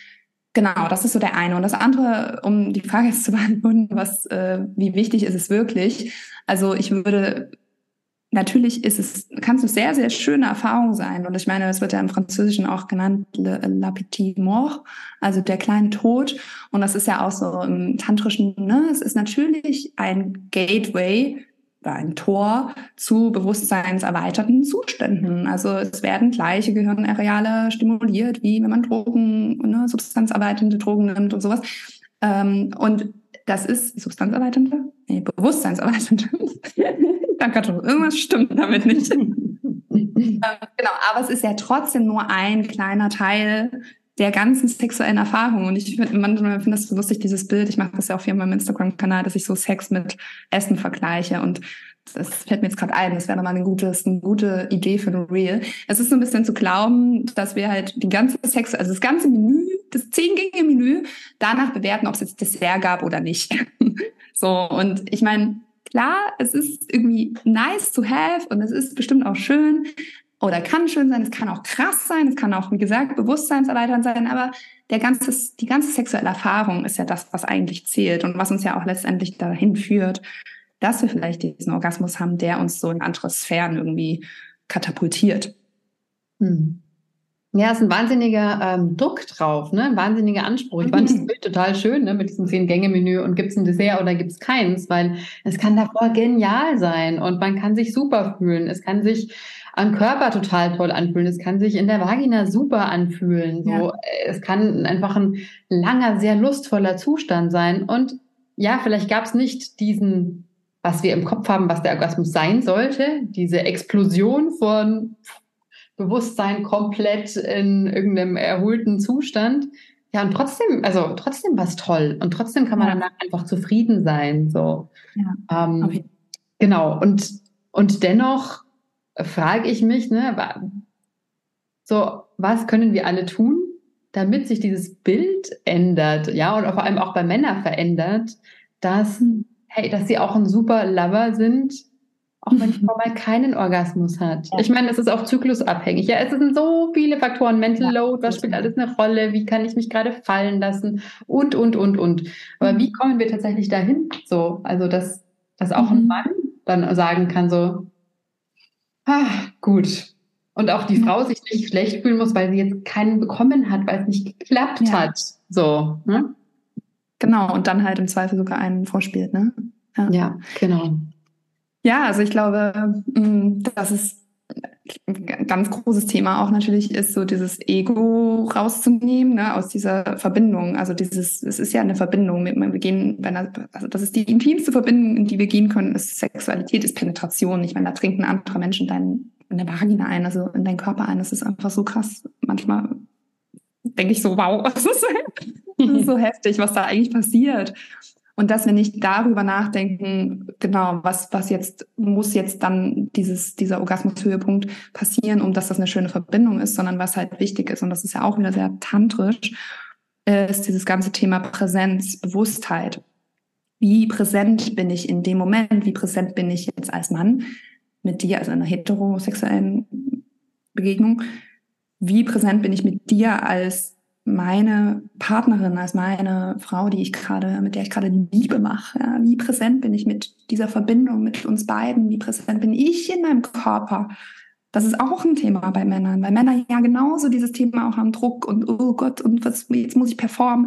genau, das ist so der eine. Und das andere, um die Frage jetzt zu beantworten, was, äh, wie wichtig ist es wirklich? Also ich würde, natürlich ist es, kann es eine sehr, sehr schöne Erfahrung sein. Und ich meine, das wird ja im Französischen auch genannt, le, la petite mort, also der kleine Tod. Und das ist ja auch so im Tantrischen, ne? Es ist natürlich ein Gateway, ein Tor zu bewusstseinserweiterten Zuständen. Also es werden gleiche Gehirnareale stimuliert, wie wenn man Drogen, ne, substanzerweiternde Drogen nimmt und sowas. Ähm, und das ist substanzerweiternde? Nee, bewusstseinserweiternde. Danke, irgendwas stimmt damit nicht. ähm, genau, aber es ist ja trotzdem nur ein kleiner Teil der ganzen sexuellen Erfahrung. Und ich finde, manchmal finde das so lustig, dieses Bild. Ich mache das ja auch hier in meinem Instagram-Kanal, dass ich so Sex mit Essen vergleiche. Und das fällt mir jetzt gerade ein. Das wäre nochmal eine gute, eine gute Idee für ein Reel. Es ist so ein bisschen zu glauben, dass wir halt die ganze Sex, also das ganze Menü, das zehn-Gänge-Menü, danach bewerten, ob es jetzt Dessert gab oder nicht. So, und ich meine, klar, es ist irgendwie nice to have und es ist bestimmt auch schön, oder kann schön sein, es kann auch krass sein, es kann auch, wie gesagt, bewusstseinserweiternd sein, aber der ganze, die ganze sexuelle Erfahrung ist ja das, was eigentlich zählt und was uns ja auch letztendlich dahin führt, dass wir vielleicht diesen Orgasmus haben, der uns so in andere Sphären irgendwie katapultiert. Hm. Ja, es ist ein wahnsinniger ähm, Druck drauf, ne? Ein wahnsinniger Anspruch. Ich fand das Bild total schön, ne? Mit diesem Zehn-Gänge-Menü und gibt es ein Dessert oder gibt es keins, weil es kann davor genial sein und man kann sich super fühlen. Es kann sich am Körper total toll anfühlen. Es kann sich in der Vagina super anfühlen. So, ja. Es kann einfach ein langer, sehr lustvoller Zustand sein. Und ja, vielleicht gab es nicht diesen, was wir im Kopf haben, was der Orgasmus sein sollte, diese Explosion von Bewusstsein komplett in irgendeinem erholten Zustand. Ja, und trotzdem, also trotzdem war es toll. Und trotzdem kann man ja. danach einfach zufrieden sein. So. Ja. Ähm, okay. Genau. Und, und dennoch frage ich mich, ne, so, was können wir alle tun, damit sich dieses Bild ändert, ja, und vor allem auch bei Männern verändert, dass hey, dass sie auch ein super Lover sind, auch wenn die Frau mal keinen Orgasmus hat. Ja. Ich meine, das ist auch zyklusabhängig. Ja, es sind so viele Faktoren. Mental Ja, Load, was spielt alles eine Rolle? Wie kann ich mich gerade fallen lassen? Und, und, und, und. Aber Mhm. wie kommen wir tatsächlich dahin? So, also, dass, dass auch ein Mhm. Mann dann sagen kann so, ah, gut. Und auch die Ja. Frau sich nicht schlecht fühlen muss, weil sie jetzt keinen bekommen hat, weil es nicht geklappt Ja. hat. So, ne? Genau, und dann halt im Zweifel sogar einen vorspielt, ne? Ja, Ja, genau. ja, also ich glaube, mh, das ist ein ganz großes Thema auch natürlich ist, so dieses Ego rauszunehmen, ne, aus dieser Verbindung. Also dieses, es ist ja eine Verbindung. Wir gehen, wenn er, also das ist die intimste Verbindung, in die wir gehen können, ist Sexualität, ist Penetration. Ich meine, da trinkt ein anderer Mensch in dein, in der Vagina ein, also in deinen Körper ein. Das ist einfach so krass. Manchmal denke ich so, wow, das ist, das ist so heftig, was da eigentlich passiert. Und dass wir nicht darüber nachdenken, genau, was, was jetzt, muss jetzt dann dieses, dieser Orgasmushöhepunkt passieren, um dass das eine schöne Verbindung ist, sondern was halt wichtig ist, und das ist ja auch wieder sehr tantrisch, ist dieses ganze Thema Präsenz, Bewusstheit. Wie präsent bin ich in dem Moment? Wie präsent bin ich jetzt als Mann mit dir, also in einer heterosexuellen Begegnung? Wie präsent bin ich mit dir als meine Partnerin, als meine Frau, die ich gerade, mit der ich gerade Liebe mache? Ja? Wie präsent bin ich mit dieser Verbindung, mit uns beiden? Wie präsent bin ich in meinem Körper? Das ist auch ein Thema bei Männern, weil Männer ja genauso dieses Thema auch haben, Druck und oh Gott, und was, jetzt muss ich performen.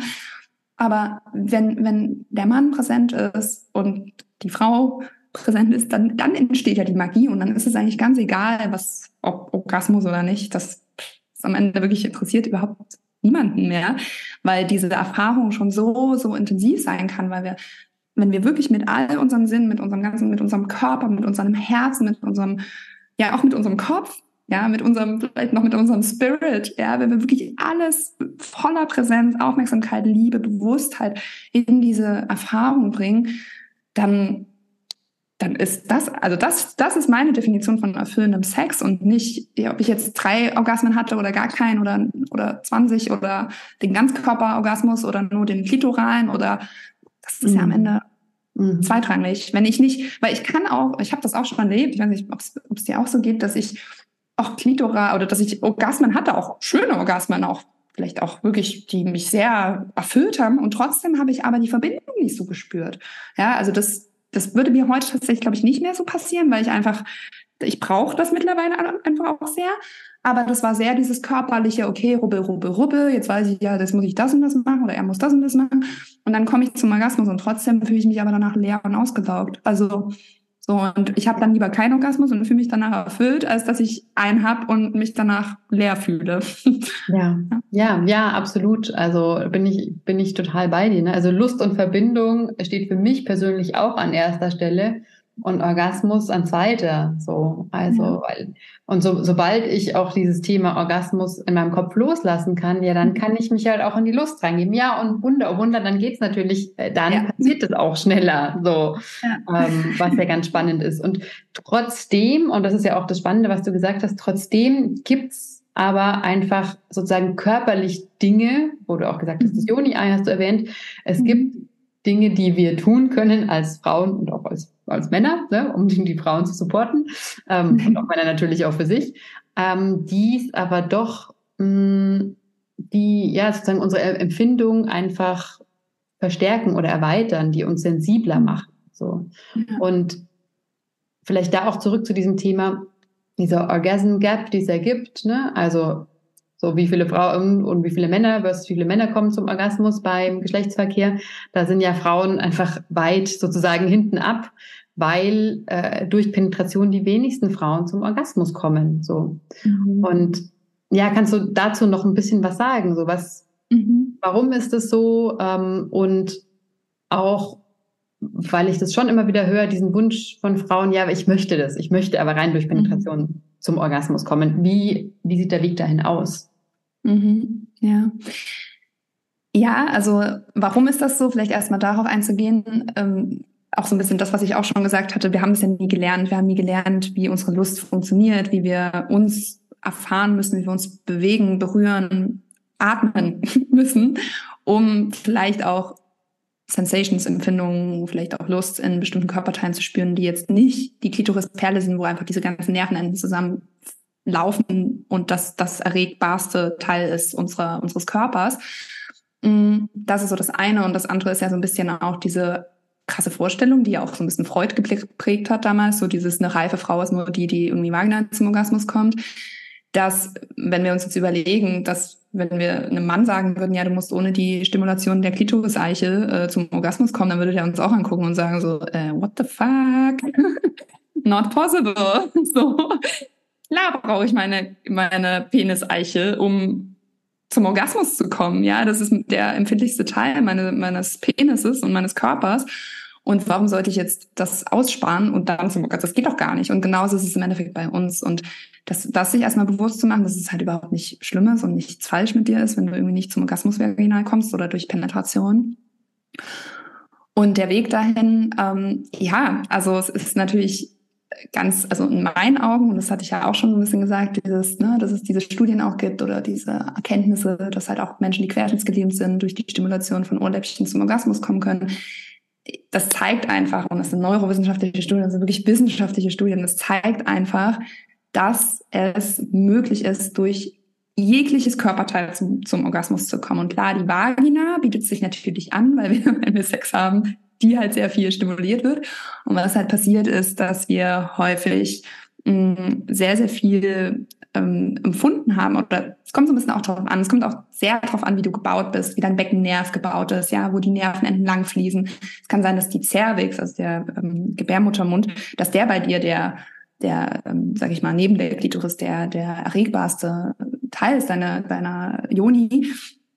Aber wenn, wenn der Mann präsent ist und die Frau präsent ist, dann, dann entsteht ja die Magie, und dann ist es eigentlich ganz egal, was, ob Orgasmus oder nicht. Das ist am Ende wirklich interessiert überhaupt niemanden mehr, weil diese Erfahrung schon so, so intensiv sein kann, weil wir, wenn wir wirklich mit all unserem Sinn, mit unserem ganzen, mit unserem Körper, mit unserem Herzen, mit unserem, ja, auch mit unserem Kopf, ja, mit unserem, vielleicht noch mit unserem Spirit, ja, wenn wir wirklich alles voller Präsenz, Aufmerksamkeit, Liebe, Bewusstheit in diese Erfahrung bringen, dann, dann ist das, also das, das ist meine Definition von erfüllendem Sex, und nicht, ja, ob ich jetzt drei Orgasmen hatte oder gar keinen oder, oder zwanzig oder den Ganzkörperorgasmus oder nur den klitoralen, oder, das ist mhm. ja am Ende mhm. zweitrangig. Wenn ich nicht, weil ich kann auch, ich habe das auch schon erlebt, ich weiß nicht, ob es dir auch so geht, dass ich auch Klitoral oder dass ich Orgasmen hatte, auch schöne Orgasmen, auch vielleicht auch wirklich, die mich sehr erfüllt haben, und trotzdem habe ich aber die Verbindung nicht so gespürt. Ja, also das, das würde mir heute tatsächlich, glaube ich, nicht mehr so passieren, weil ich einfach, ich brauche das mittlerweile einfach auch sehr, aber das war sehr dieses körperliche, okay, rubbel, rubbel, rubbel, jetzt weiß ich ja, das muss ich das und das machen oder er muss das und das machen, und dann komme ich zum Orgasmus und trotzdem fühle ich mich aber danach leer und ausgelaugt. Also so, und ich habe dann lieber keinen Orgasmus und fühle mich danach erfüllt, als dass ich einen habe und mich danach leer fühle. Ja, ja, ja, absolut. Also bin ich, bin ich total bei dir. Ne? Also Lust und Verbindung steht für mich persönlich auch an erster Stelle und Orgasmus an zweiter. So, also, ja. weil, und so, sobald ich auch dieses Thema Orgasmus in meinem Kopf loslassen kann, ja, dann kann ich mich halt auch in die Lust reingeben. Ja, und Wunder, oh Wunder, dann geht's natürlich, dann ja. passiert es auch schneller. So, ja. Ähm, was ja ganz spannend ist. Und trotzdem, und das ist ja auch das Spannende, was du gesagt hast, trotzdem gibt's aber einfach sozusagen körperlich Dinge, wo du auch gesagt hast, das Yoni-Ei hast du erwähnt, es mhm. gibt Dinge, die wir tun können als Frauen und auch als, als Männer, ne, um die Frauen zu supporten, ähm, mhm. und auch Männer natürlich auch für sich, ähm, die aber doch, mh, die ja sozusagen unsere Empfindung einfach verstärken oder erweitern, die uns sensibler machen. So. Ja. Und vielleicht da auch zurück zu diesem Thema, dieser Orgasm Gap, die es ergibt, ne? Also so wie viele Frauen und wie viele Männer versus wie viele Männer kommen zum Orgasmus beim Geschlechtsverkehr, da sind ja Frauen einfach weit sozusagen hinten ab, weil äh, durch Penetration die wenigsten Frauen zum Orgasmus kommen. So. Mhm. Und ja, kannst du dazu noch ein bisschen was sagen? So was, mhm. warum ist das so? Ähm, und auch weil ich das schon immer wieder höre, diesen Wunsch von Frauen, ja, ich möchte das, ich möchte aber rein durch Penetration mhm. zum Orgasmus kommen. Wie, wie sieht der Weg dahin aus? Mhm. Ja. Ja, also warum ist das so? Vielleicht erstmal darauf einzugehen. Ähm, auch so ein bisschen das, was ich auch schon gesagt hatte, wir haben es ja nie gelernt. Wir haben nie gelernt, wie unsere Lust funktioniert, wie wir uns erfahren müssen, wie wir uns bewegen, berühren, atmen müssen, um vielleicht auch Sensations, Empfindungen, vielleicht auch Lust in bestimmten Körperteilen zu spüren, die jetzt nicht die Klitorisperle sind, wo einfach diese ganzen Nervenenden zusammenlaufen und das das erregbarste Teil ist unserer, unseres Körpers. Das ist so das eine. Und das andere ist ja so ein bisschen auch diese krasse Vorstellung, die ja auch so ein bisschen Freud geprägt hat damals, so dieses, eine reife Frau ist nur die, die irgendwie vaginal zum Orgasmus kommt, dass, wenn wir uns jetzt überlegen, dass, wenn wir einem Mann sagen würden, ja, du musst ohne die Stimulation der Klitoriseiche äh, zum Orgasmus kommen, dann würde der uns auch angucken und sagen so, äh, what the fuck? Not possible. So, klar brauche ich meine, meine Peniseiche, um zum Orgasmus zu kommen. Ja, das ist der empfindlichste Teil meine, meines Penises und meines Körpers. Und warum sollte ich jetzt das aussparen und dann zum Orgasmus? Das geht doch gar nicht. Und genauso ist es im Endeffekt bei uns. Und das, das sich erstmal bewusst zu machen, dass es halt überhaupt nicht schlimm ist und nichts falsch mit dir ist, wenn du irgendwie nicht zum Orgasmus vaginal kommst oder durch Penetration. Und der Weg dahin, ähm, ja, also es ist natürlich ganz, also in meinen Augen, und das hatte ich ja auch schon so ein bisschen gesagt, dieses, ne, dass es diese Studien auch gibt oder diese Erkenntnisse, dass halt auch Menschen, die querschnittsgelähmt sind, durch die Stimulation von Ohrläppchen zum Orgasmus kommen können. Das zeigt einfach, und das sind neurowissenschaftliche Studien, das sind wirklich wissenschaftliche Studien, das zeigt einfach, dass es möglich ist, durch jegliches Körperteil zum, zum Orgasmus zu kommen. Und klar, die Vagina bietet sich natürlich an, weil wir, wenn wir Sex haben, die halt sehr viel stimuliert wird. Und was halt passiert ist, dass wir häufig mh, sehr, sehr viel ähm, empfunden haben. Oder es kommt so ein bisschen auch drauf an. Es kommt auch sehr drauf an, wie du gebaut bist, wie dein Beckennerv gebaut ist, ja, wo die Nervenenden lang fließen. Es kann sein, dass die Cervix, also der ähm, Gebärmuttermund, dass der bei dir der der, ähm, sag ich mal, neben der Klitoris der der erregbarste Teil ist deiner deiner Yoni.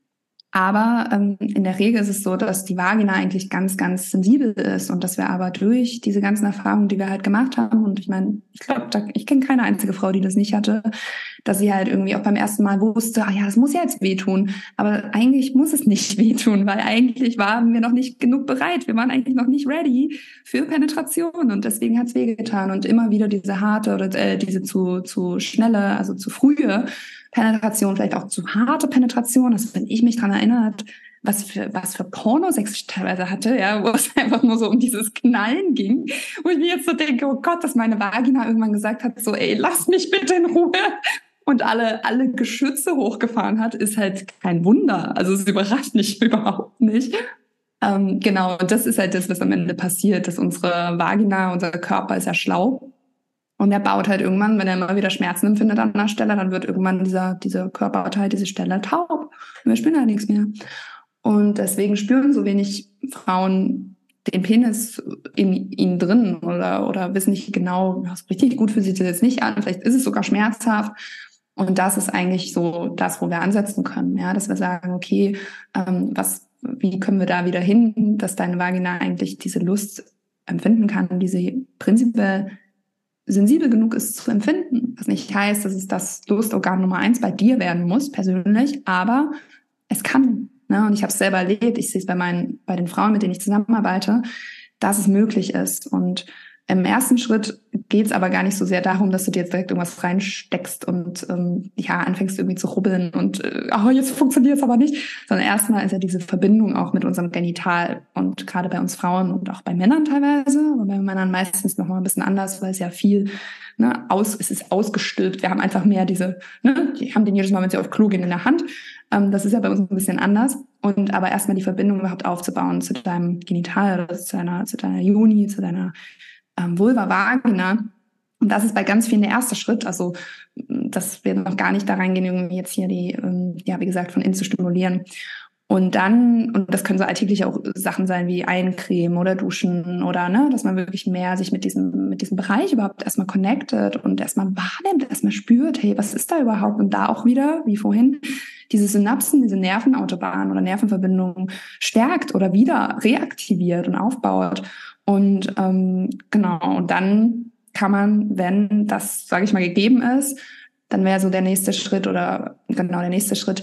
Aber ähm, in der Regel ist es so, dass die Vagina eigentlich ganz, ganz sensibel ist und dass wir aber durch diese ganzen Erfahrungen, die wir halt gemacht haben, und ich meine, ich glaube, ich kenne keine einzige Frau, die das nicht hatte, dass sie halt irgendwie auch beim ersten Mal wusste, ah ja, das muss ja jetzt wehtun. Aber eigentlich muss es nicht wehtun, weil eigentlich waren wir noch nicht genug bereit. Wir waren eigentlich noch nicht ready für Penetration und deswegen hat's wehgetan. Und immer wieder diese harte oder äh, diese zu zu schnelle, also zu frühe Penetration, vielleicht auch zu harte Penetration, also wenn ich mich dran erinnert, was für, was für Pornosex ich teilweise hatte, ja, wo es einfach nur so um dieses Knallen ging, wo ich mir jetzt so denke, oh Gott, dass meine Vagina irgendwann gesagt hat, so, ey, lass mich bitte in Ruhe, und alle, alle Geschütze hochgefahren hat, ist halt kein Wunder. Also es überrascht mich überhaupt nicht. Ähm, genau, und das ist halt das, was am Ende passiert, dass unsere Vagina, unser Körper ist ja schlau. Und er baut halt irgendwann, wenn er immer wieder Schmerzen empfindet an einer Stelle, dann wird irgendwann dieser, dieser Körperteil, diese Stelle taub. Und wir spüren halt nichts mehr. Und deswegen spüren so wenig Frauen den Penis in ihnen drin oder, oder wissen nicht genau, was richtig gut fühlt sich das jetzt nicht an. Vielleicht ist es sogar schmerzhaft. Und das ist eigentlich so das, wo wir ansetzen können. Ja, dass wir sagen, okay, ähm, was, wie können wir da wieder hin, dass deine Vagina eigentlich diese Lust empfinden kann, die sie prinzipiell sensibel genug ist zu empfinden. Was nicht heißt, dass es das Lustorgan Nummer eins bei dir werden muss, persönlich, aber es kann. Ne? Und ich habe es selber erlebt, ich sehe es bei meinen, bei den Frauen, mit denen ich zusammenarbeite, dass es möglich ist. Und im ersten Schritt geht es aber gar nicht so sehr darum, dass du dir jetzt direkt irgendwas reinsteckst und ähm, ja anfängst irgendwie zu rubbeln und äh, oh, jetzt funktioniert es aber nicht, sondern erstmal ist ja diese Verbindung auch mit unserem Genital, und gerade bei uns Frauen und auch bei Männern teilweise, aber bei Männern meistens noch mal ein bisschen anders, weil es ja viel, ne, aus, es ist ausgestülpt. Wir haben einfach mehr diese, ne, die haben den jedes Mal, wenn sie auf Klo gehen, in der Hand. Ähm, das ist ja bei uns ein bisschen anders. Und aber erstmal die Verbindung überhaupt aufzubauen zu deinem Genital oder zu deiner, zu deiner Joni, zu deiner ähm, Vulva, Vagina. Und das ist bei ganz vielen der erste Schritt. Also, dass wir noch gar nicht da reingehen, um jetzt hier die, ähm, ja, wie gesagt, von innen zu stimulieren. Und dann, und das können so alltägliche auch Sachen sein wie Eincremen oder Duschen oder, ne, dass man wirklich mehr sich mit diesem, mit diesem Bereich überhaupt erstmal connectet und erstmal wahrnimmt, erstmal spürt, hey, was ist da überhaupt? Und da auch wieder, wie vorhin, diese Synapsen, diese Nervenautobahn oder Nervenverbindung stärkt oder wieder reaktiviert und aufbaut. Und ähm, genau, und dann kann man, wenn das, sage ich mal, gegeben ist, dann wäre so der nächste Schritt oder genau der nächste Schritt,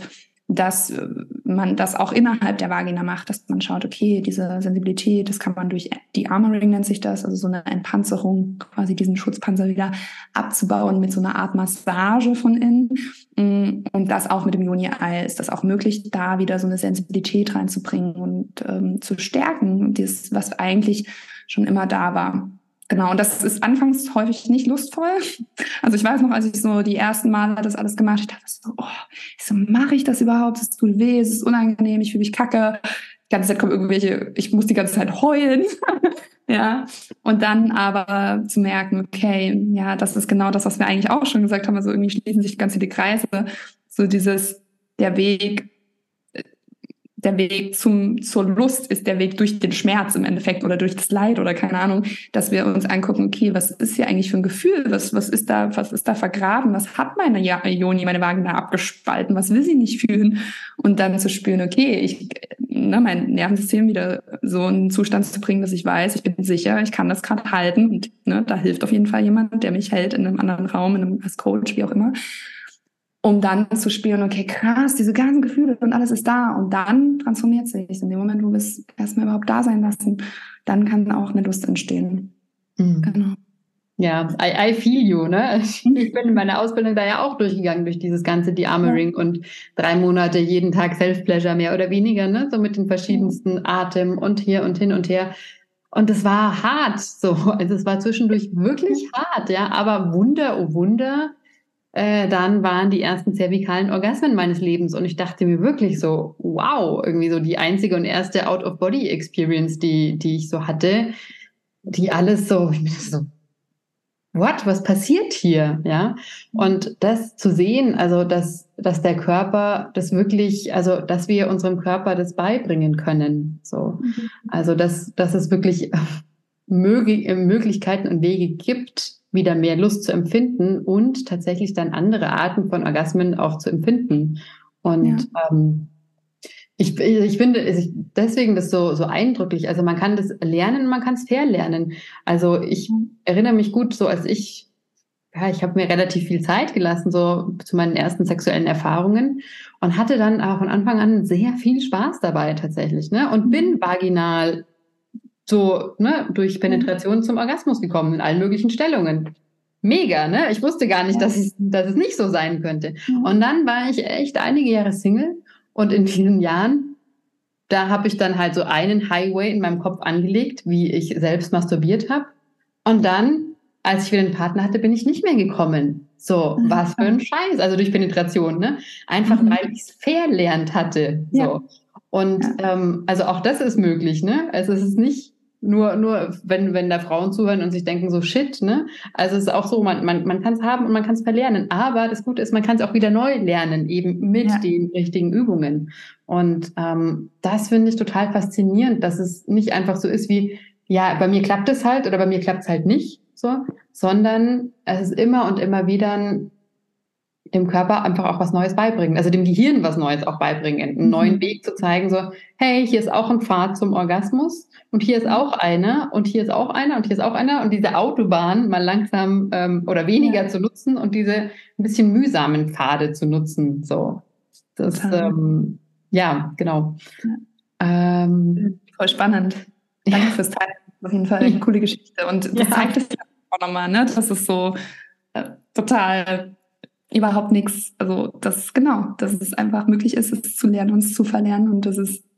dass man das auch innerhalb der Vagina macht, dass man schaut, okay, diese Sensibilität, das kann man durch De-Armoring nennt sich das, also so eine Entpanzerung, quasi diesen Schutzpanzer wieder abzubauen mit so einer Art Massage von innen. Und das auch mit dem Yoni-Ei ist das auch möglich, da wieder so eine Sensibilität reinzubringen und ähm, zu stärken, das, was eigentlich schon immer da war. Genau, und das ist anfangs häufig nicht lustvoll. Also ich weiß noch, als ich so die ersten Male das alles gemacht habe, ich dachte so, oh, ich so, mache ich das überhaupt? Es tut weh, es ist unangenehm, ich fühle mich kacke. Die ganze Zeit kommen irgendwelche, ich muss die ganze Zeit heulen. Ja, und dann aber zu merken, okay, ja, das ist genau das, was wir eigentlich auch schon gesagt haben. Also irgendwie schließen sich ganz viele Kreise. So dieses, der Weg, der Weg zum, zur Lust ist der Weg durch den Schmerz im Endeffekt oder durch das Leid oder keine Ahnung, dass wir uns angucken, okay, was ist hier eigentlich für ein Gefühl? Was, was ist da, was ist da vergraben? Was hat meine Yoni, meine Vagina abgespalten? Was will sie nicht fühlen? Und dann zu spüren, okay, ich, ne, mein Nervensystem wieder so in einen Zustand zu bringen, dass ich weiß, ich bin sicher, ich kann das gerade halten und ne, da hilft auf jeden Fall jemand, der mich hält in einem anderen Raum, in einem, als Coach, wie auch immer. Um dann zu spüren, okay, krass, diese ganzen Gefühle und alles ist da. Und dann transformiert sich. In dem Moment, wo wir es erstmal überhaupt da sein lassen, dann kann auch eine Lust entstehen. Mhm. Genau. Ja, I, I feel you, ne? Ich bin in meiner Ausbildung da ja auch durchgegangen durch dieses ganze De-Armoring ja. und drei Monate jeden Tag Self-Pleasure mehr oder weniger, ne? So mit den verschiedensten Atem und hier und hin und her. Und es war hart, so. Also es war zwischendurch wirklich hart, ja. Aber Wunder, oh Wunder, Äh, dann waren die ersten zervikalen Orgasmen meines Lebens und ich dachte mir wirklich so, wow, irgendwie so die einzige und erste Out-of-Body-Experience, die, die ich so hatte, die alles so, ich bin so, what, was passiert hier, ja? Und das zu sehen, also dass, dass der Körper das wirklich, also dass wir unserem Körper das beibringen können, so, mhm. also dass, dass es wirklich möglich, Möglichkeiten und Wege gibt, wieder mehr Lust zu empfinden und tatsächlich dann andere Arten von Orgasmen auch zu empfinden. Und ja. ähm, ich, ich finde ich, deswegen das so, so eindrücklich. Also man kann das lernen und man kann es verlernen. Also ich erinnere mich gut, so als ich, ja, ich habe mir relativ viel Zeit gelassen, so zu meinen ersten sexuellen Erfahrungen und hatte dann auch von Anfang an sehr viel Spaß dabei tatsächlich, ne? Und bin vaginal so, ne, durch Penetration zum Orgasmus gekommen, in allen möglichen Stellungen. Mega, ne? Ich wusste gar nicht, dass es, dass es nicht so sein könnte. Und dann war ich echt einige Jahre Single und in diesen Jahren, da habe ich dann halt so einen Highway in meinem Kopf angelegt, wie ich selbst masturbiert habe. Und dann, als ich wieder einen Partner hatte, bin ich nicht mehr gekommen. So, was für ein Scheiß, also durch Penetration, ne? Einfach, mhm. weil ich es verlernt hatte. So. Ja. Und ja. ähm, also auch das ist möglich, ne? Also es ist nicht Nur, nur wenn, wenn da Frauen zuhören und sich denken so, shit, ne? Also es ist auch so, man, man, man kann es haben und man kann es verlernen. Aber das Gute ist, man kann es auch wieder neu lernen, eben mit ja. den richtigen Übungen. Und ähm, das finde ich total faszinierend, dass es nicht einfach so ist wie, ja, bei mir klappt es halt oder bei mir klappt es halt nicht, so, sondern es ist immer und immer wieder ein dem Körper einfach auch was Neues beibringen, also dem Gehirn was Neues auch beibringen, einen mhm. neuen Weg zu zeigen, so, hey, hier ist auch ein Pfad zum Orgasmus und hier ist auch einer und hier ist auch einer und hier ist auch einer und diese Autobahn mal langsam ähm, oder weniger ja. zu nutzen und diese ein bisschen mühsamen Pfade zu nutzen, so. Das, ähm, ja, genau. Ja. Ähm, Voll spannend. Danke ja. fürs Teilen. Auf jeden Fall eine coole Geschichte und das ja. zeigt es ja auch nochmal, ne, dass es so äh, total überhaupt nichts, also das genau, dass es einfach möglich ist, es zu lernen, uns zu verlernen und dass es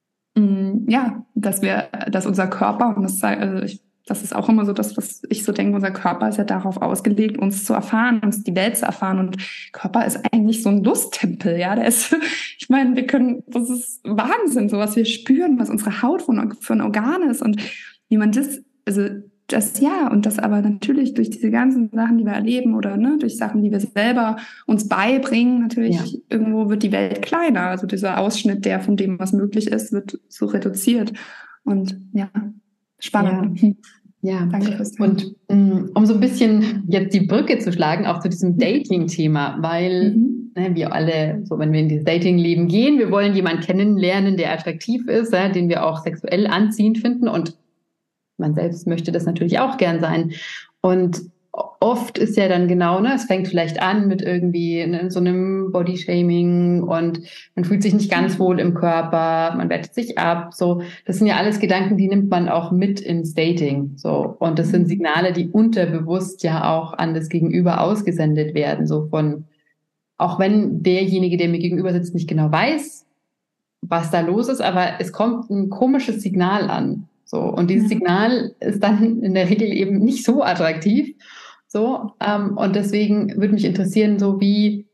mh, ja, dass wir, dass unser Körper und das, also ich, das ist auch immer so das, was ich so denke, unser Körper ist ja darauf ausgelegt, uns zu erfahren, uns die Welt zu erfahren und Körper ist eigentlich so ein Lusttempel, ja, der ist, ich meine, wir können, das ist Wahnsinn, so was wir spüren, was unsere Haut für ein, für ein Organ ist und wie man das, also das ja, und das aber natürlich durch diese ganzen Sachen, die wir erleben oder ne, durch Sachen, die wir selber uns beibringen, natürlich ja. irgendwo wird die Welt kleiner. Also dieser Ausschnitt, der von dem, was möglich ist, wird so reduziert. Und ja, spannend. Ja, ja. Danke fürs Und um, um so ein bisschen jetzt die Brücke zu schlagen, auch zu diesem Dating-Thema, weil mhm. ne, wir alle, so wenn wir in dieses Dating-Leben gehen, wir wollen jemanden kennenlernen, der attraktiv ist, ja, den wir auch sexuell anziehend finden und man selbst möchte das natürlich auch gern sein. Und, oft ist ja dann genau, ne, es fängt vielleicht an mit irgendwie ne, so einem Bodyshaming und man fühlt sich nicht ganz wohl im Körper, man wertet sich ab, so. Das sind ja alles Gedanken, die nimmt man auch mit ins Dating, so. Und das sind Signale, die unterbewusst ja auch an das Gegenüber ausgesendet werden, so von, auch wenn derjenige, der mir gegenüber sitzt, nicht genau weiß, was da los ist, aber es kommt ein komisches Signal an, so. Und dieses Signal ist dann in der Regel eben nicht so attraktiv. So, ähm, und deswegen würde mich interessieren, so wie,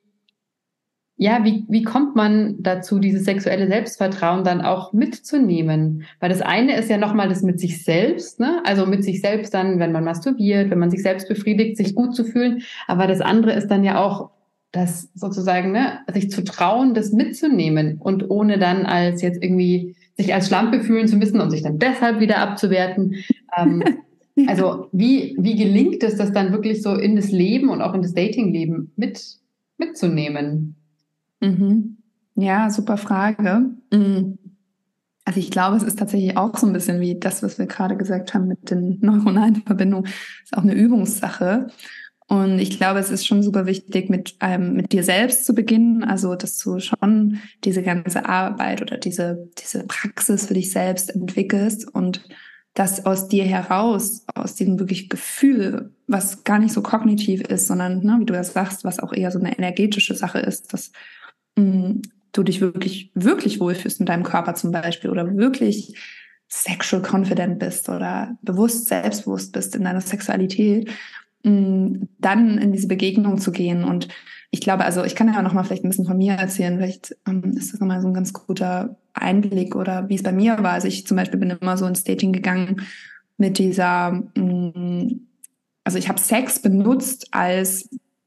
ja, wie, wie kommt man dazu, dieses sexuelle Selbstvertrauen dann auch mitzunehmen? Weil das eine ist ja nochmal das mit sich selbst, ne? Also mit sich selbst dann, wenn man masturbiert, wenn man sich selbst befriedigt, sich gut zu fühlen. Aber das andere ist dann ja auch, das sozusagen, ne, sich zu trauen, das mitzunehmen und ohne dann als jetzt irgendwie sich als Schlampe fühlen zu müssen und sich dann deshalb wieder abzuwerten. Ähm, Also wie, wie gelingt es, das dann wirklich so in das Leben und auch in das Datingleben mit, mitzunehmen? Mhm. Ja, super Frage. Mhm. Also ich glaube, es ist tatsächlich auch so ein bisschen wie das, was wir gerade gesagt haben mit den neuronalen Verbindungen. Ist auch eine Übungssache. Und ich glaube, es ist schon super wichtig, mit ähm, mit dir selbst zu beginnen. Also, dass du schon diese ganze Arbeit oder diese diese Praxis für dich selbst entwickelst und das aus dir heraus, aus diesem wirklich Gefühl, was gar nicht so kognitiv ist, sondern, ne, wie du das sagst, was auch eher so eine energetische Sache ist, dass mh, du dich wirklich, wirklich wohlfühlst in deinem Körper zum Beispiel oder wirklich sexual confident bist oder bewusst, selbstbewusst bist in deiner Sexualität, mh, dann in diese Begegnung zu gehen. Und ich glaube, also ich kann ja noch mal vielleicht ein bisschen von mir erzählen, vielleicht ähm, ist das nochmal so ein ganz guter Einblick oder wie es bei mir war. Also ich zum Beispiel bin immer so ins Dating gegangen mit dieser, mh, also ich habe Sex benutzt als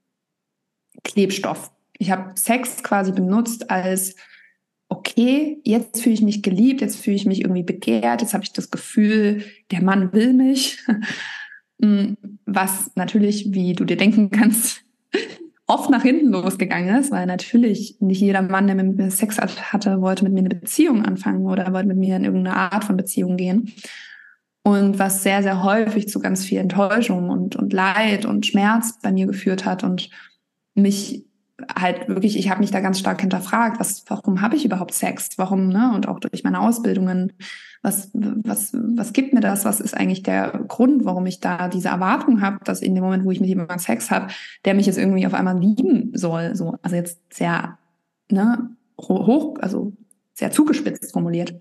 Klebstoff. Ich habe Sex quasi benutzt als, okay, jetzt fühle ich mich geliebt, jetzt fühle ich mich irgendwie begehrt, jetzt habe ich das Gefühl, der Mann will mich. Was natürlich, wie du dir denken kannst, oft nach hinten losgegangen ist, weil natürlich nicht jeder Mann, der mit mir Sex hatte, wollte mit mir eine Beziehung anfangen oder wollte mit mir in irgendeine Art von Beziehung gehen. Und was sehr, sehr häufig zu ganz viel Enttäuschung und, und Leid und Schmerz bei mir geführt hat und mich halt wirklich, ich habe mich da ganz stark hinterfragt, was, warum habe ich überhaupt Sex? Warum, ne? Und auch durch meine Ausbildungen, was, was, was gibt mir das? Was ist eigentlich der Grund, warum ich da diese Erwartung habe, dass in dem Moment, wo ich mit jemandem Sex habe, der mich jetzt irgendwie auf einmal lieben soll, so, also jetzt sehr, ne, hoch, also sehr zugespitzt formuliert.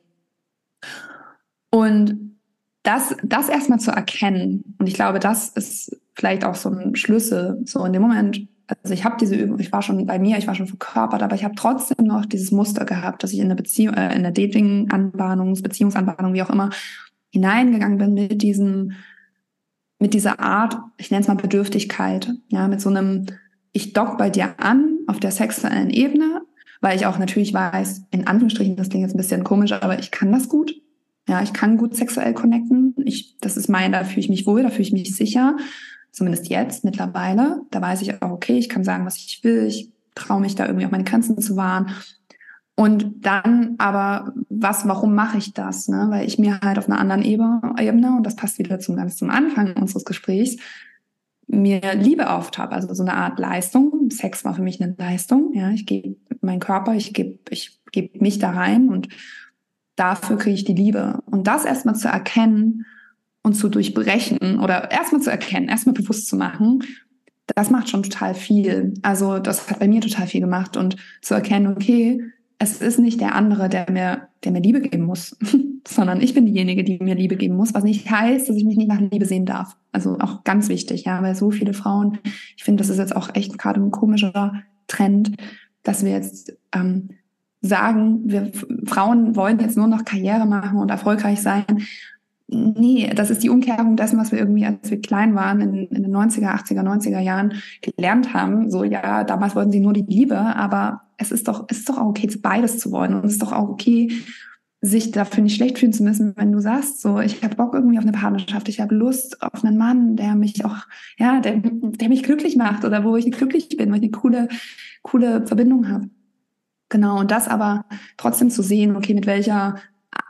Und das, das erstmal zu erkennen, und ich glaube, das ist vielleicht auch so ein Schlüssel, so in dem Moment. Also ich habe diese Übung, ich war schon bei mir, ich war schon verkörpert, aber ich habe trotzdem noch dieses Muster gehabt, dass ich in der Beziehung, äh, in der Dating-Anbahnung, Beziehungsanbahnung, wie auch immer, hineingegangen bin mit diesem, mit dieser Art, ich nenne es mal Bedürftigkeit, ja, mit so einem, ich dock bei dir an auf der sexuellen Ebene, weil ich auch natürlich weiß, in Anführungsstrichen, das klingt jetzt ein bisschen komisch, aber ich kann das gut. Ja, ich kann gut sexuell connecten. Ich, das ist mein, da fühle ich mich wohl, da fühle ich mich sicher. Zumindest jetzt, mittlerweile. Da weiß ich auch, okay, ich kann sagen, was ich will. Ich traue mich da irgendwie auch meine Grenzen zu wahren. Und dann aber, was, warum mache ich das? Ne? Weil ich mir halt auf einer anderen Ebene, und das passt wieder zum ganz zum Anfang unseres Gesprächs, mir Liebe erhofft habe. Also so eine Art Leistung. Sex war für mich eine Leistung. Ja, ich gebe meinen Körper, ich gebe, ich gebe mich da rein und dafür kriege ich die Liebe. Und das erstmal zu erkennen und zu durchbrechen oder erstmal zu erkennen, erstmal bewusst zu machen, das macht schon total viel. Also das hat bei mir total viel gemacht und zu erkennen, okay, es ist nicht der andere, der mir, der mir Liebe geben muss, sondern ich bin diejenige, die mir Liebe geben muss, was nicht heißt, dass ich mich nicht nach Liebe sehen darf. Also auch ganz wichtig, ja, weil so viele Frauen, ich finde, das ist jetzt auch echt gerade ein komischer Trend, dass wir jetzt ähm, sagen, wir Frauen wollen jetzt nur noch Karriere machen und erfolgreich sein. Nee, das ist die Umkehrung dessen, was wir irgendwie, als wir klein waren, in, in den neunziger, achtziger, neunziger Jahren gelernt haben. So, ja, damals wollten sie nur die Liebe, aber es ist doch, es ist doch auch okay, beides zu wollen. Und es ist doch auch okay, sich dafür nicht schlecht fühlen zu müssen, wenn du sagst, so, ich habe Bock irgendwie auf eine Partnerschaft, ich habe Lust auf einen Mann, der mich auch, ja, der, der mich glücklich macht oder wo ich glücklich bin, wo ich eine coole, coole Verbindung habe. Genau, und das aber trotzdem zu sehen, okay, mit welcher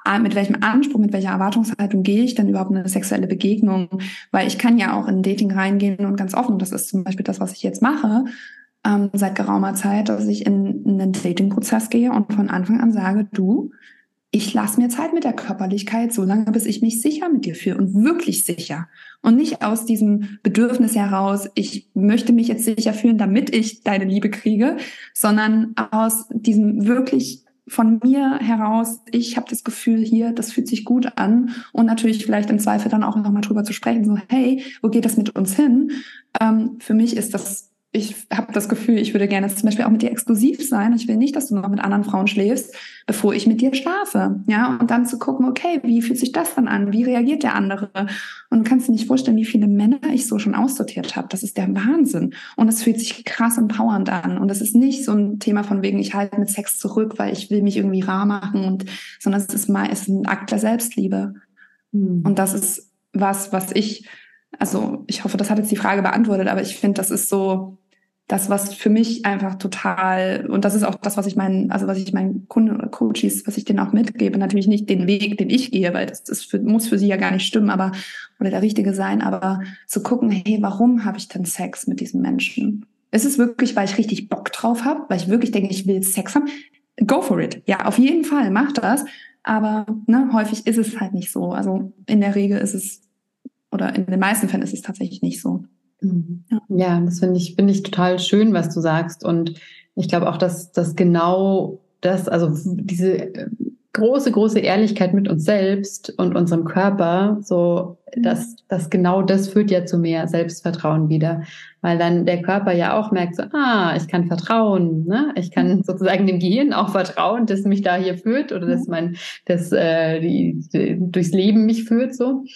mit welchem Anspruch, mit welcher Erwartungshaltung gehe ich denn überhaupt in eine sexuelle Begegnung? Weil ich kann ja auch in ein Dating reingehen und ganz offen, und das ist zum Beispiel das, was ich jetzt mache, ähm, seit geraumer Zeit, dass ich in, in einen Dating-Prozess gehe und von Anfang an sage, du, ich lasse mir Zeit mit der Körperlichkeit, so lange, bis ich mich sicher mit dir fühle und wirklich sicher. Und nicht aus diesem Bedürfnis heraus, ich möchte mich jetzt sicher fühlen, damit ich deine Liebe kriege, sondern aus diesem wirklich von mir heraus, ich habe das Gefühl hier, das fühlt sich gut an. Und natürlich vielleicht im Zweifel dann auch nochmal drüber zu sprechen, so hey, wo geht das mit uns hin? Ähm, für mich ist das, ich habe das Gefühl, ich würde gerne zum Beispiel auch mit dir exklusiv sein. Ich will nicht, dass du noch mit anderen Frauen schläfst, bevor ich mit dir schlafe. Ja, und dann zu gucken, okay, wie fühlt sich das dann an? Wie reagiert der andere? Und du kannst dir nicht vorstellen, wie viele Männer ich so schon aussortiert habe. Das ist der Wahnsinn. Und es fühlt sich krass empowernd an. Und es ist nicht so ein Thema von wegen, ich halte mit Sex zurück, weil ich will mich irgendwie rar machen, und, sondern es ist mal, es ist ein Akt der Selbstliebe. Mhm. Und das ist was, was ich, also ich hoffe, das hat jetzt die Frage beantwortet, aber ich finde, das ist so, das, was für mich einfach total, und das ist auch das, was ich meinen, also was ich meinen Kunden oder Coaches, was ich denen auch mitgebe, natürlich nicht den Weg, den ich gehe, weil das, das für, muss für sie ja gar nicht stimmen, aber, oder der Richtige sein, aber zu gucken, hey, warum habe ich denn Sex mit diesem Menschen? Ist es wirklich, weil ich richtig Bock drauf habe, weil ich wirklich denke, ich will Sex haben? Go for it. Ja, auf jeden Fall, mach das. Aber ne, häufig ist es halt nicht so. Also in der Regel ist es, oder in den meisten Fällen ist es tatsächlich nicht so. Ja, ja, das finde ich, finde ich total schön, was du sagst. Und ich glaube auch, dass, dass genau das, also diese große, große Ehrlichkeit mit uns selbst und unserem Körper, so, dass, dass genau das führt ja zu mehr Selbstvertrauen wieder. Weil dann der Körper ja auch merkt, so, ah, ich kann vertrauen, ne? Ich kann sozusagen dem Gehirn auch vertrauen, dass mich da hier führt oder dass mein, dass äh, die, die durchs Leben mich führt, so.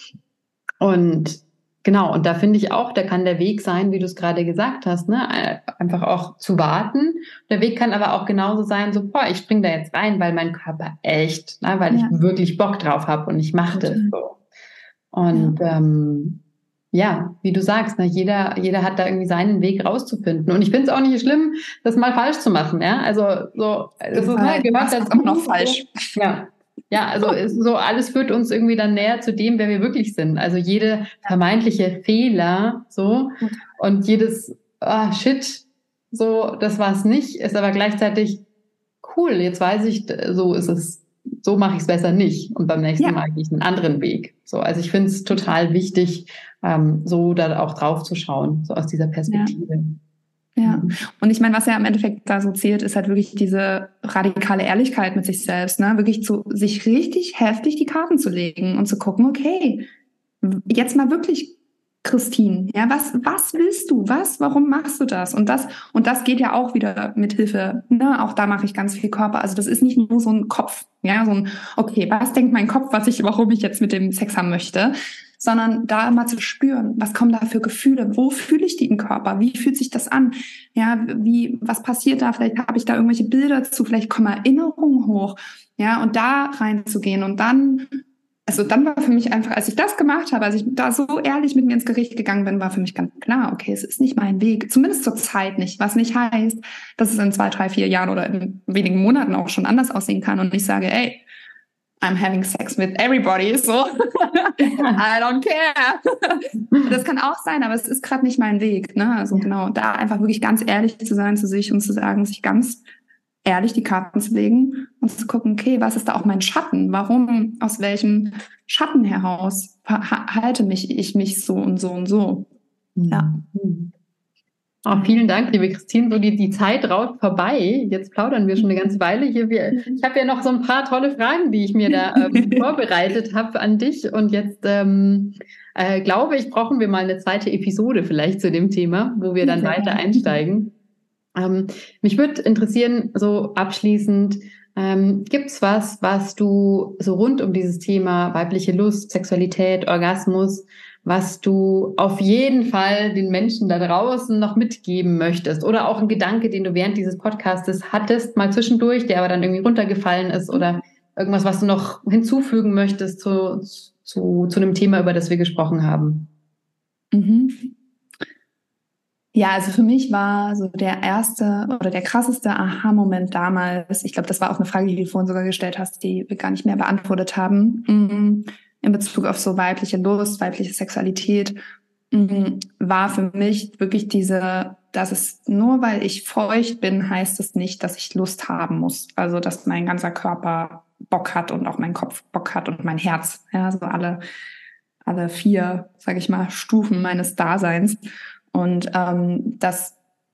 Und genau, und da finde ich auch, da kann der Weg sein, wie du es gerade gesagt hast, ne, einfach auch zu warten. Der Weg kann aber auch genauso sein, so, boah, ich spring da jetzt rein, weil mein Körper echt, ne, weil ja. ich wirklich Bock drauf habe und ich mache das so. Und ja. Ähm, ja, wie du sagst, ne, jeder, jeder hat da irgendwie seinen Weg rauszufinden. Und ich finde es auch nicht schlimm, das mal falsch zu machen, ja. Also so, das ist, ne, gehört dazu. Immer noch falsch. Ja. Ja, also ist so, alles führt uns irgendwie dann näher zu dem, wer wir wirklich sind. Also jede vermeintliche Fehler, so, und jedes ah, Shit, so, das war es nicht, ist aber gleichzeitig cool. Jetzt weiß ich, so ist es, so mache ich es besser nicht. Und beim nächsten ja. Mal gehe ich einen anderen Weg. So, also ich finde es total wichtig, ähm, so da auch drauf zu schauen, so aus dieser Perspektive. Ja. Ja, und ich meine, was ja im Endeffekt da so zählt, ist halt wirklich diese radikale Ehrlichkeit mit sich selbst, ne? Wirklich zu sich richtig heftig die Karten zu legen und zu gucken, okay, jetzt mal wirklich, Christine, ja, was, was willst du? Was, warum machst du das? Und das, und das geht ja auch wieder mit Hilfe, ne? Auch da mache ich ganz viel Körper. Also das ist nicht nur so ein Kopf, ja, so ein, okay, was denkt mein Kopf, was ich, warum ich jetzt mit dem Sex haben möchte? Sondern da mal zu spüren, was kommen da für Gefühle, wo fühle ich die im Körper, wie fühlt sich das an, ja, wie, was passiert da, vielleicht habe ich da irgendwelche Bilder zu, vielleicht kommen Erinnerungen hoch, ja, und da reinzugehen und dann, also dann war für mich einfach, als ich das gemacht habe, als ich da so ehrlich mit mir ins Gericht gegangen bin, war für mich ganz klar, okay, es ist nicht mein Weg, zumindest zur Zeit nicht, was nicht heißt, dass es in zwei, drei, vier Jahren oder in wenigen Monaten auch schon anders aussehen kann und ich sage, ey, I'm having sex with everybody, so I don't care. Das kann auch sein, aber es ist gerade nicht mein Weg, ne? Also ja. genau, da einfach wirklich ganz ehrlich zu sein zu sich und zu sagen, sich ganz ehrlich die Karten zu legen und zu gucken, okay, was ist da auch mein Schatten? Warum, aus welchem Schatten heraus verhalte mich ich mich so und so und so? Mhm. Ja. Oh, vielen Dank, liebe Christine. So die, die Zeit raut vorbei. Jetzt plaudern wir schon eine ganze Weile hier. Wir, ich habe ja noch so ein paar tolle Fragen, die ich mir da ähm, vorbereitet habe an dich. Und jetzt ähm, äh, glaube ich, brauchen wir mal eine zweite Episode vielleicht zu dem Thema, wo wir dann weiter einsteigen. Ähm, mich würde interessieren, so abschließend, ähm, gibt's was, was du so rund um dieses Thema weibliche Lust, Sexualität, Orgasmus, was du auf jeden Fall den Menschen da draußen noch mitgeben möchtest oder auch ein Gedanke, den du während dieses Podcastes hattest, mal zwischendurch, der aber dann irgendwie runtergefallen ist oder irgendwas, was du noch hinzufügen möchtest zu, zu, zu einem Thema, über das wir gesprochen haben? Mhm. Ja, also für mich war so der erste oder der krasseste Aha-Moment damals, ich glaube, das war auch eine Frage, die du vorhin sogar gestellt hast, die wir gar nicht mehr beantwortet haben, in Bezug auf so weibliche Lust, weibliche Sexualität, war für mich wirklich diese, dass es nur weil ich feucht bin, heißt es nicht, dass ich Lust haben muss. Also, dass mein ganzer Körper Bock hat und auch mein Kopf Bock hat und mein Herz. Ja, also alle, alle vier, sage ich mal, Stufen meines Daseins. Und ähm, dass,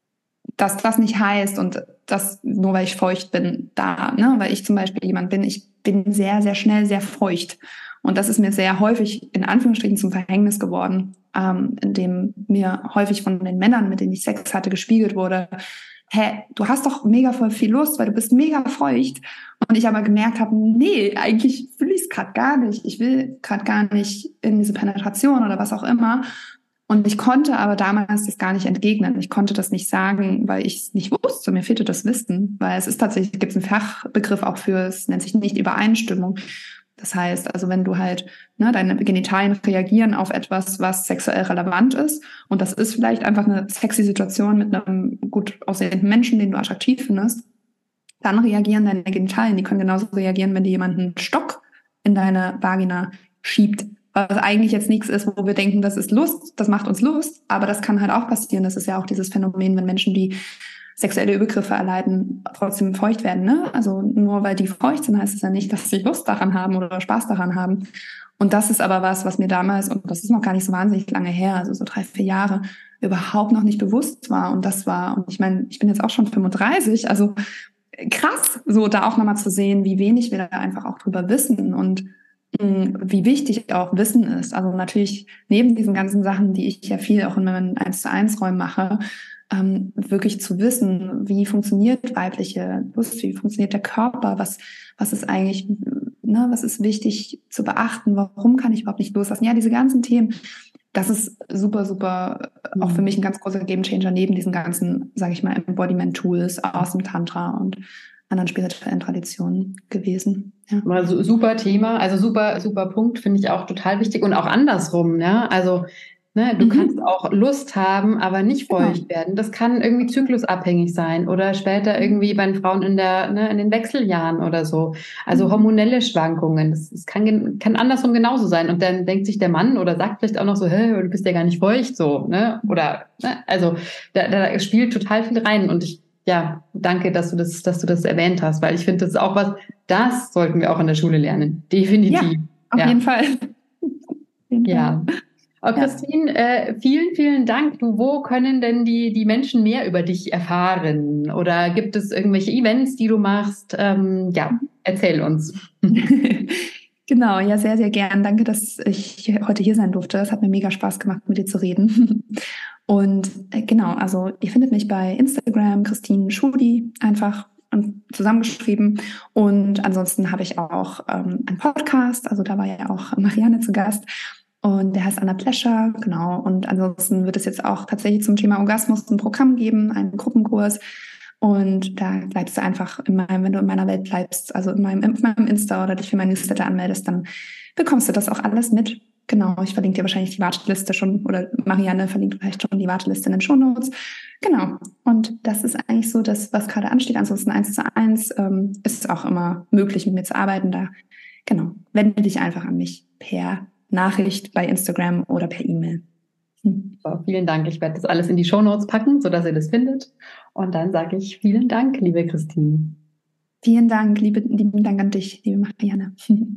dass das nicht heißt und das nur weil ich feucht bin, da, ne, weil ich zum Beispiel jemand bin, ich bin sehr, sehr schnell sehr feucht. Und das ist mir sehr häufig in Anführungsstrichen zum Verhängnis geworden, ähm, indem mir häufig von den Männern, mit denen ich Sex hatte, gespiegelt wurde, hä, du hast doch mega voll viel Lust, weil du bist mega feucht. Und ich aber gemerkt habe, nee, eigentlich fühle ich es gerade gar nicht. Ich will gerade gar nicht in diese Penetration oder was auch immer. Und ich konnte aber damals das gar nicht entgegnen. Ich konnte das nicht sagen, weil ich es nicht wusste. Mir fehlte das Wissen, weil es ist tatsächlich, gibt es einen Fachbegriff auch für, es nennt sich Nicht-Übereinstimmung. Das heißt, also wenn du halt, ne, deine Genitalien reagieren auf etwas, was sexuell relevant ist, und das ist vielleicht einfach eine sexy Situation mit einem gut aussehenden Menschen, den du attraktiv findest, dann reagieren deine Genitalien. Die können genauso reagieren, wenn dir jemand einen Stock in deine Vagina schiebt, was eigentlich jetzt nichts ist, wo wir denken, das ist Lust, das macht uns Lust, aber das kann halt auch passieren. Das ist ja auch dieses Phänomen, wenn Menschen, die sexuelle Übergriffe erleiden, trotzdem feucht werden. Ne? Also nur weil die feucht sind, heißt es ja nicht, dass sie Lust daran haben oder Spaß daran haben. Und das ist aber was, was mir damals, und das ist noch gar nicht so wahnsinnig lange her, also so drei, vier Jahre, überhaupt noch nicht bewusst war. Und das war, und ich meine, ich bin jetzt auch schon fünfunddreißig, also krass, so da auch nochmal zu sehen, wie wenig wir da einfach auch drüber wissen und mh, wie wichtig auch Wissen ist. Also natürlich neben diesen ganzen Sachen, die ich ja viel auch in meinen eins zu eins Räumen mache, ähm, wirklich zu wissen, wie funktioniert weibliche Lust, wie funktioniert der Körper, was, was ist eigentlich, ne, was ist wichtig zu beachten, warum kann ich überhaupt nicht loslassen? Ja, diese ganzen Themen, das ist super, super, auch für mich ein ganz großer Gamechanger neben diesen ganzen, sage ich mal, Embodiment-Tools aus dem Tantra und anderen spirituellen Traditionen gewesen. Ja. Also super Thema, also super, super Punkt, finde ich auch total wichtig und auch andersrum, ja, also ne, du mhm. kannst auch Lust haben, aber nicht feucht genau. werden. Das kann irgendwie zyklusabhängig sein oder später irgendwie bei den Frauen in der, ne, in den Wechseljahren oder so. Also hormonelle Schwankungen. Das, das kann, kann andersrum genauso sein. Und dann denkt sich der Mann oder sagt vielleicht auch noch so, hä, du bist ja gar nicht feucht, so, ne? Oder, ne? Also da, da spielt total viel rein. Und ich, ja, danke, dass du das, dass du das erwähnt hast, weil ich finde, das ist auch was, das sollten wir auch in der Schule lernen. Definitiv. Ja, auf ja. jeden Fall. Auf jeden ja. Fall. Oh, Christine, äh, vielen, vielen Dank. Du, wo können denn die, die Menschen mehr über dich erfahren? Oder gibt es irgendwelche Events, die du machst? Ähm, ja, erzähl uns. Genau, ja, sehr, sehr gern. Danke, dass ich heute hier sein durfte. Es hat mir mega Spaß gemacht, mit dir zu reden. Und äh, genau, also ihr findet mich bei Instagram, Christine Schudi, einfach zusammengeschrieben. Und ansonsten habe ich auch ähm, einen Podcast, also da war ja auch Marianne zu Gast. Und der heißt Anna Plescher, genau. Und ansonsten wird es jetzt auch tatsächlich zum Thema Orgasmus ein Programm geben, einen Gruppenkurs. Und da bleibst du einfach in meinem, wenn du in meiner Welt bleibst, also in meinem, in meinem Insta oder dich für mein Newsletter anmeldest, dann bekommst du das auch alles mit. Genau, ich verlinke dir wahrscheinlich die Warteliste schon, oder Marianne verlinkt vielleicht schon die Warteliste in den Shownotes. Genau. Und das ist eigentlich so das, was gerade ansteht. Ansonsten eins zu eins ähm, ist auch immer möglich, mit mir zu arbeiten. Da, genau, wende dich einfach an mich per Nachricht bei Instagram oder per E-Mail. Hm. So, vielen Dank. Ich werde das alles in die Shownotes packen, sodass ihr das findet. Und dann sage ich vielen Dank, liebe Christine. Vielen Dank, liebe, lieben Dank an dich, liebe Marianne.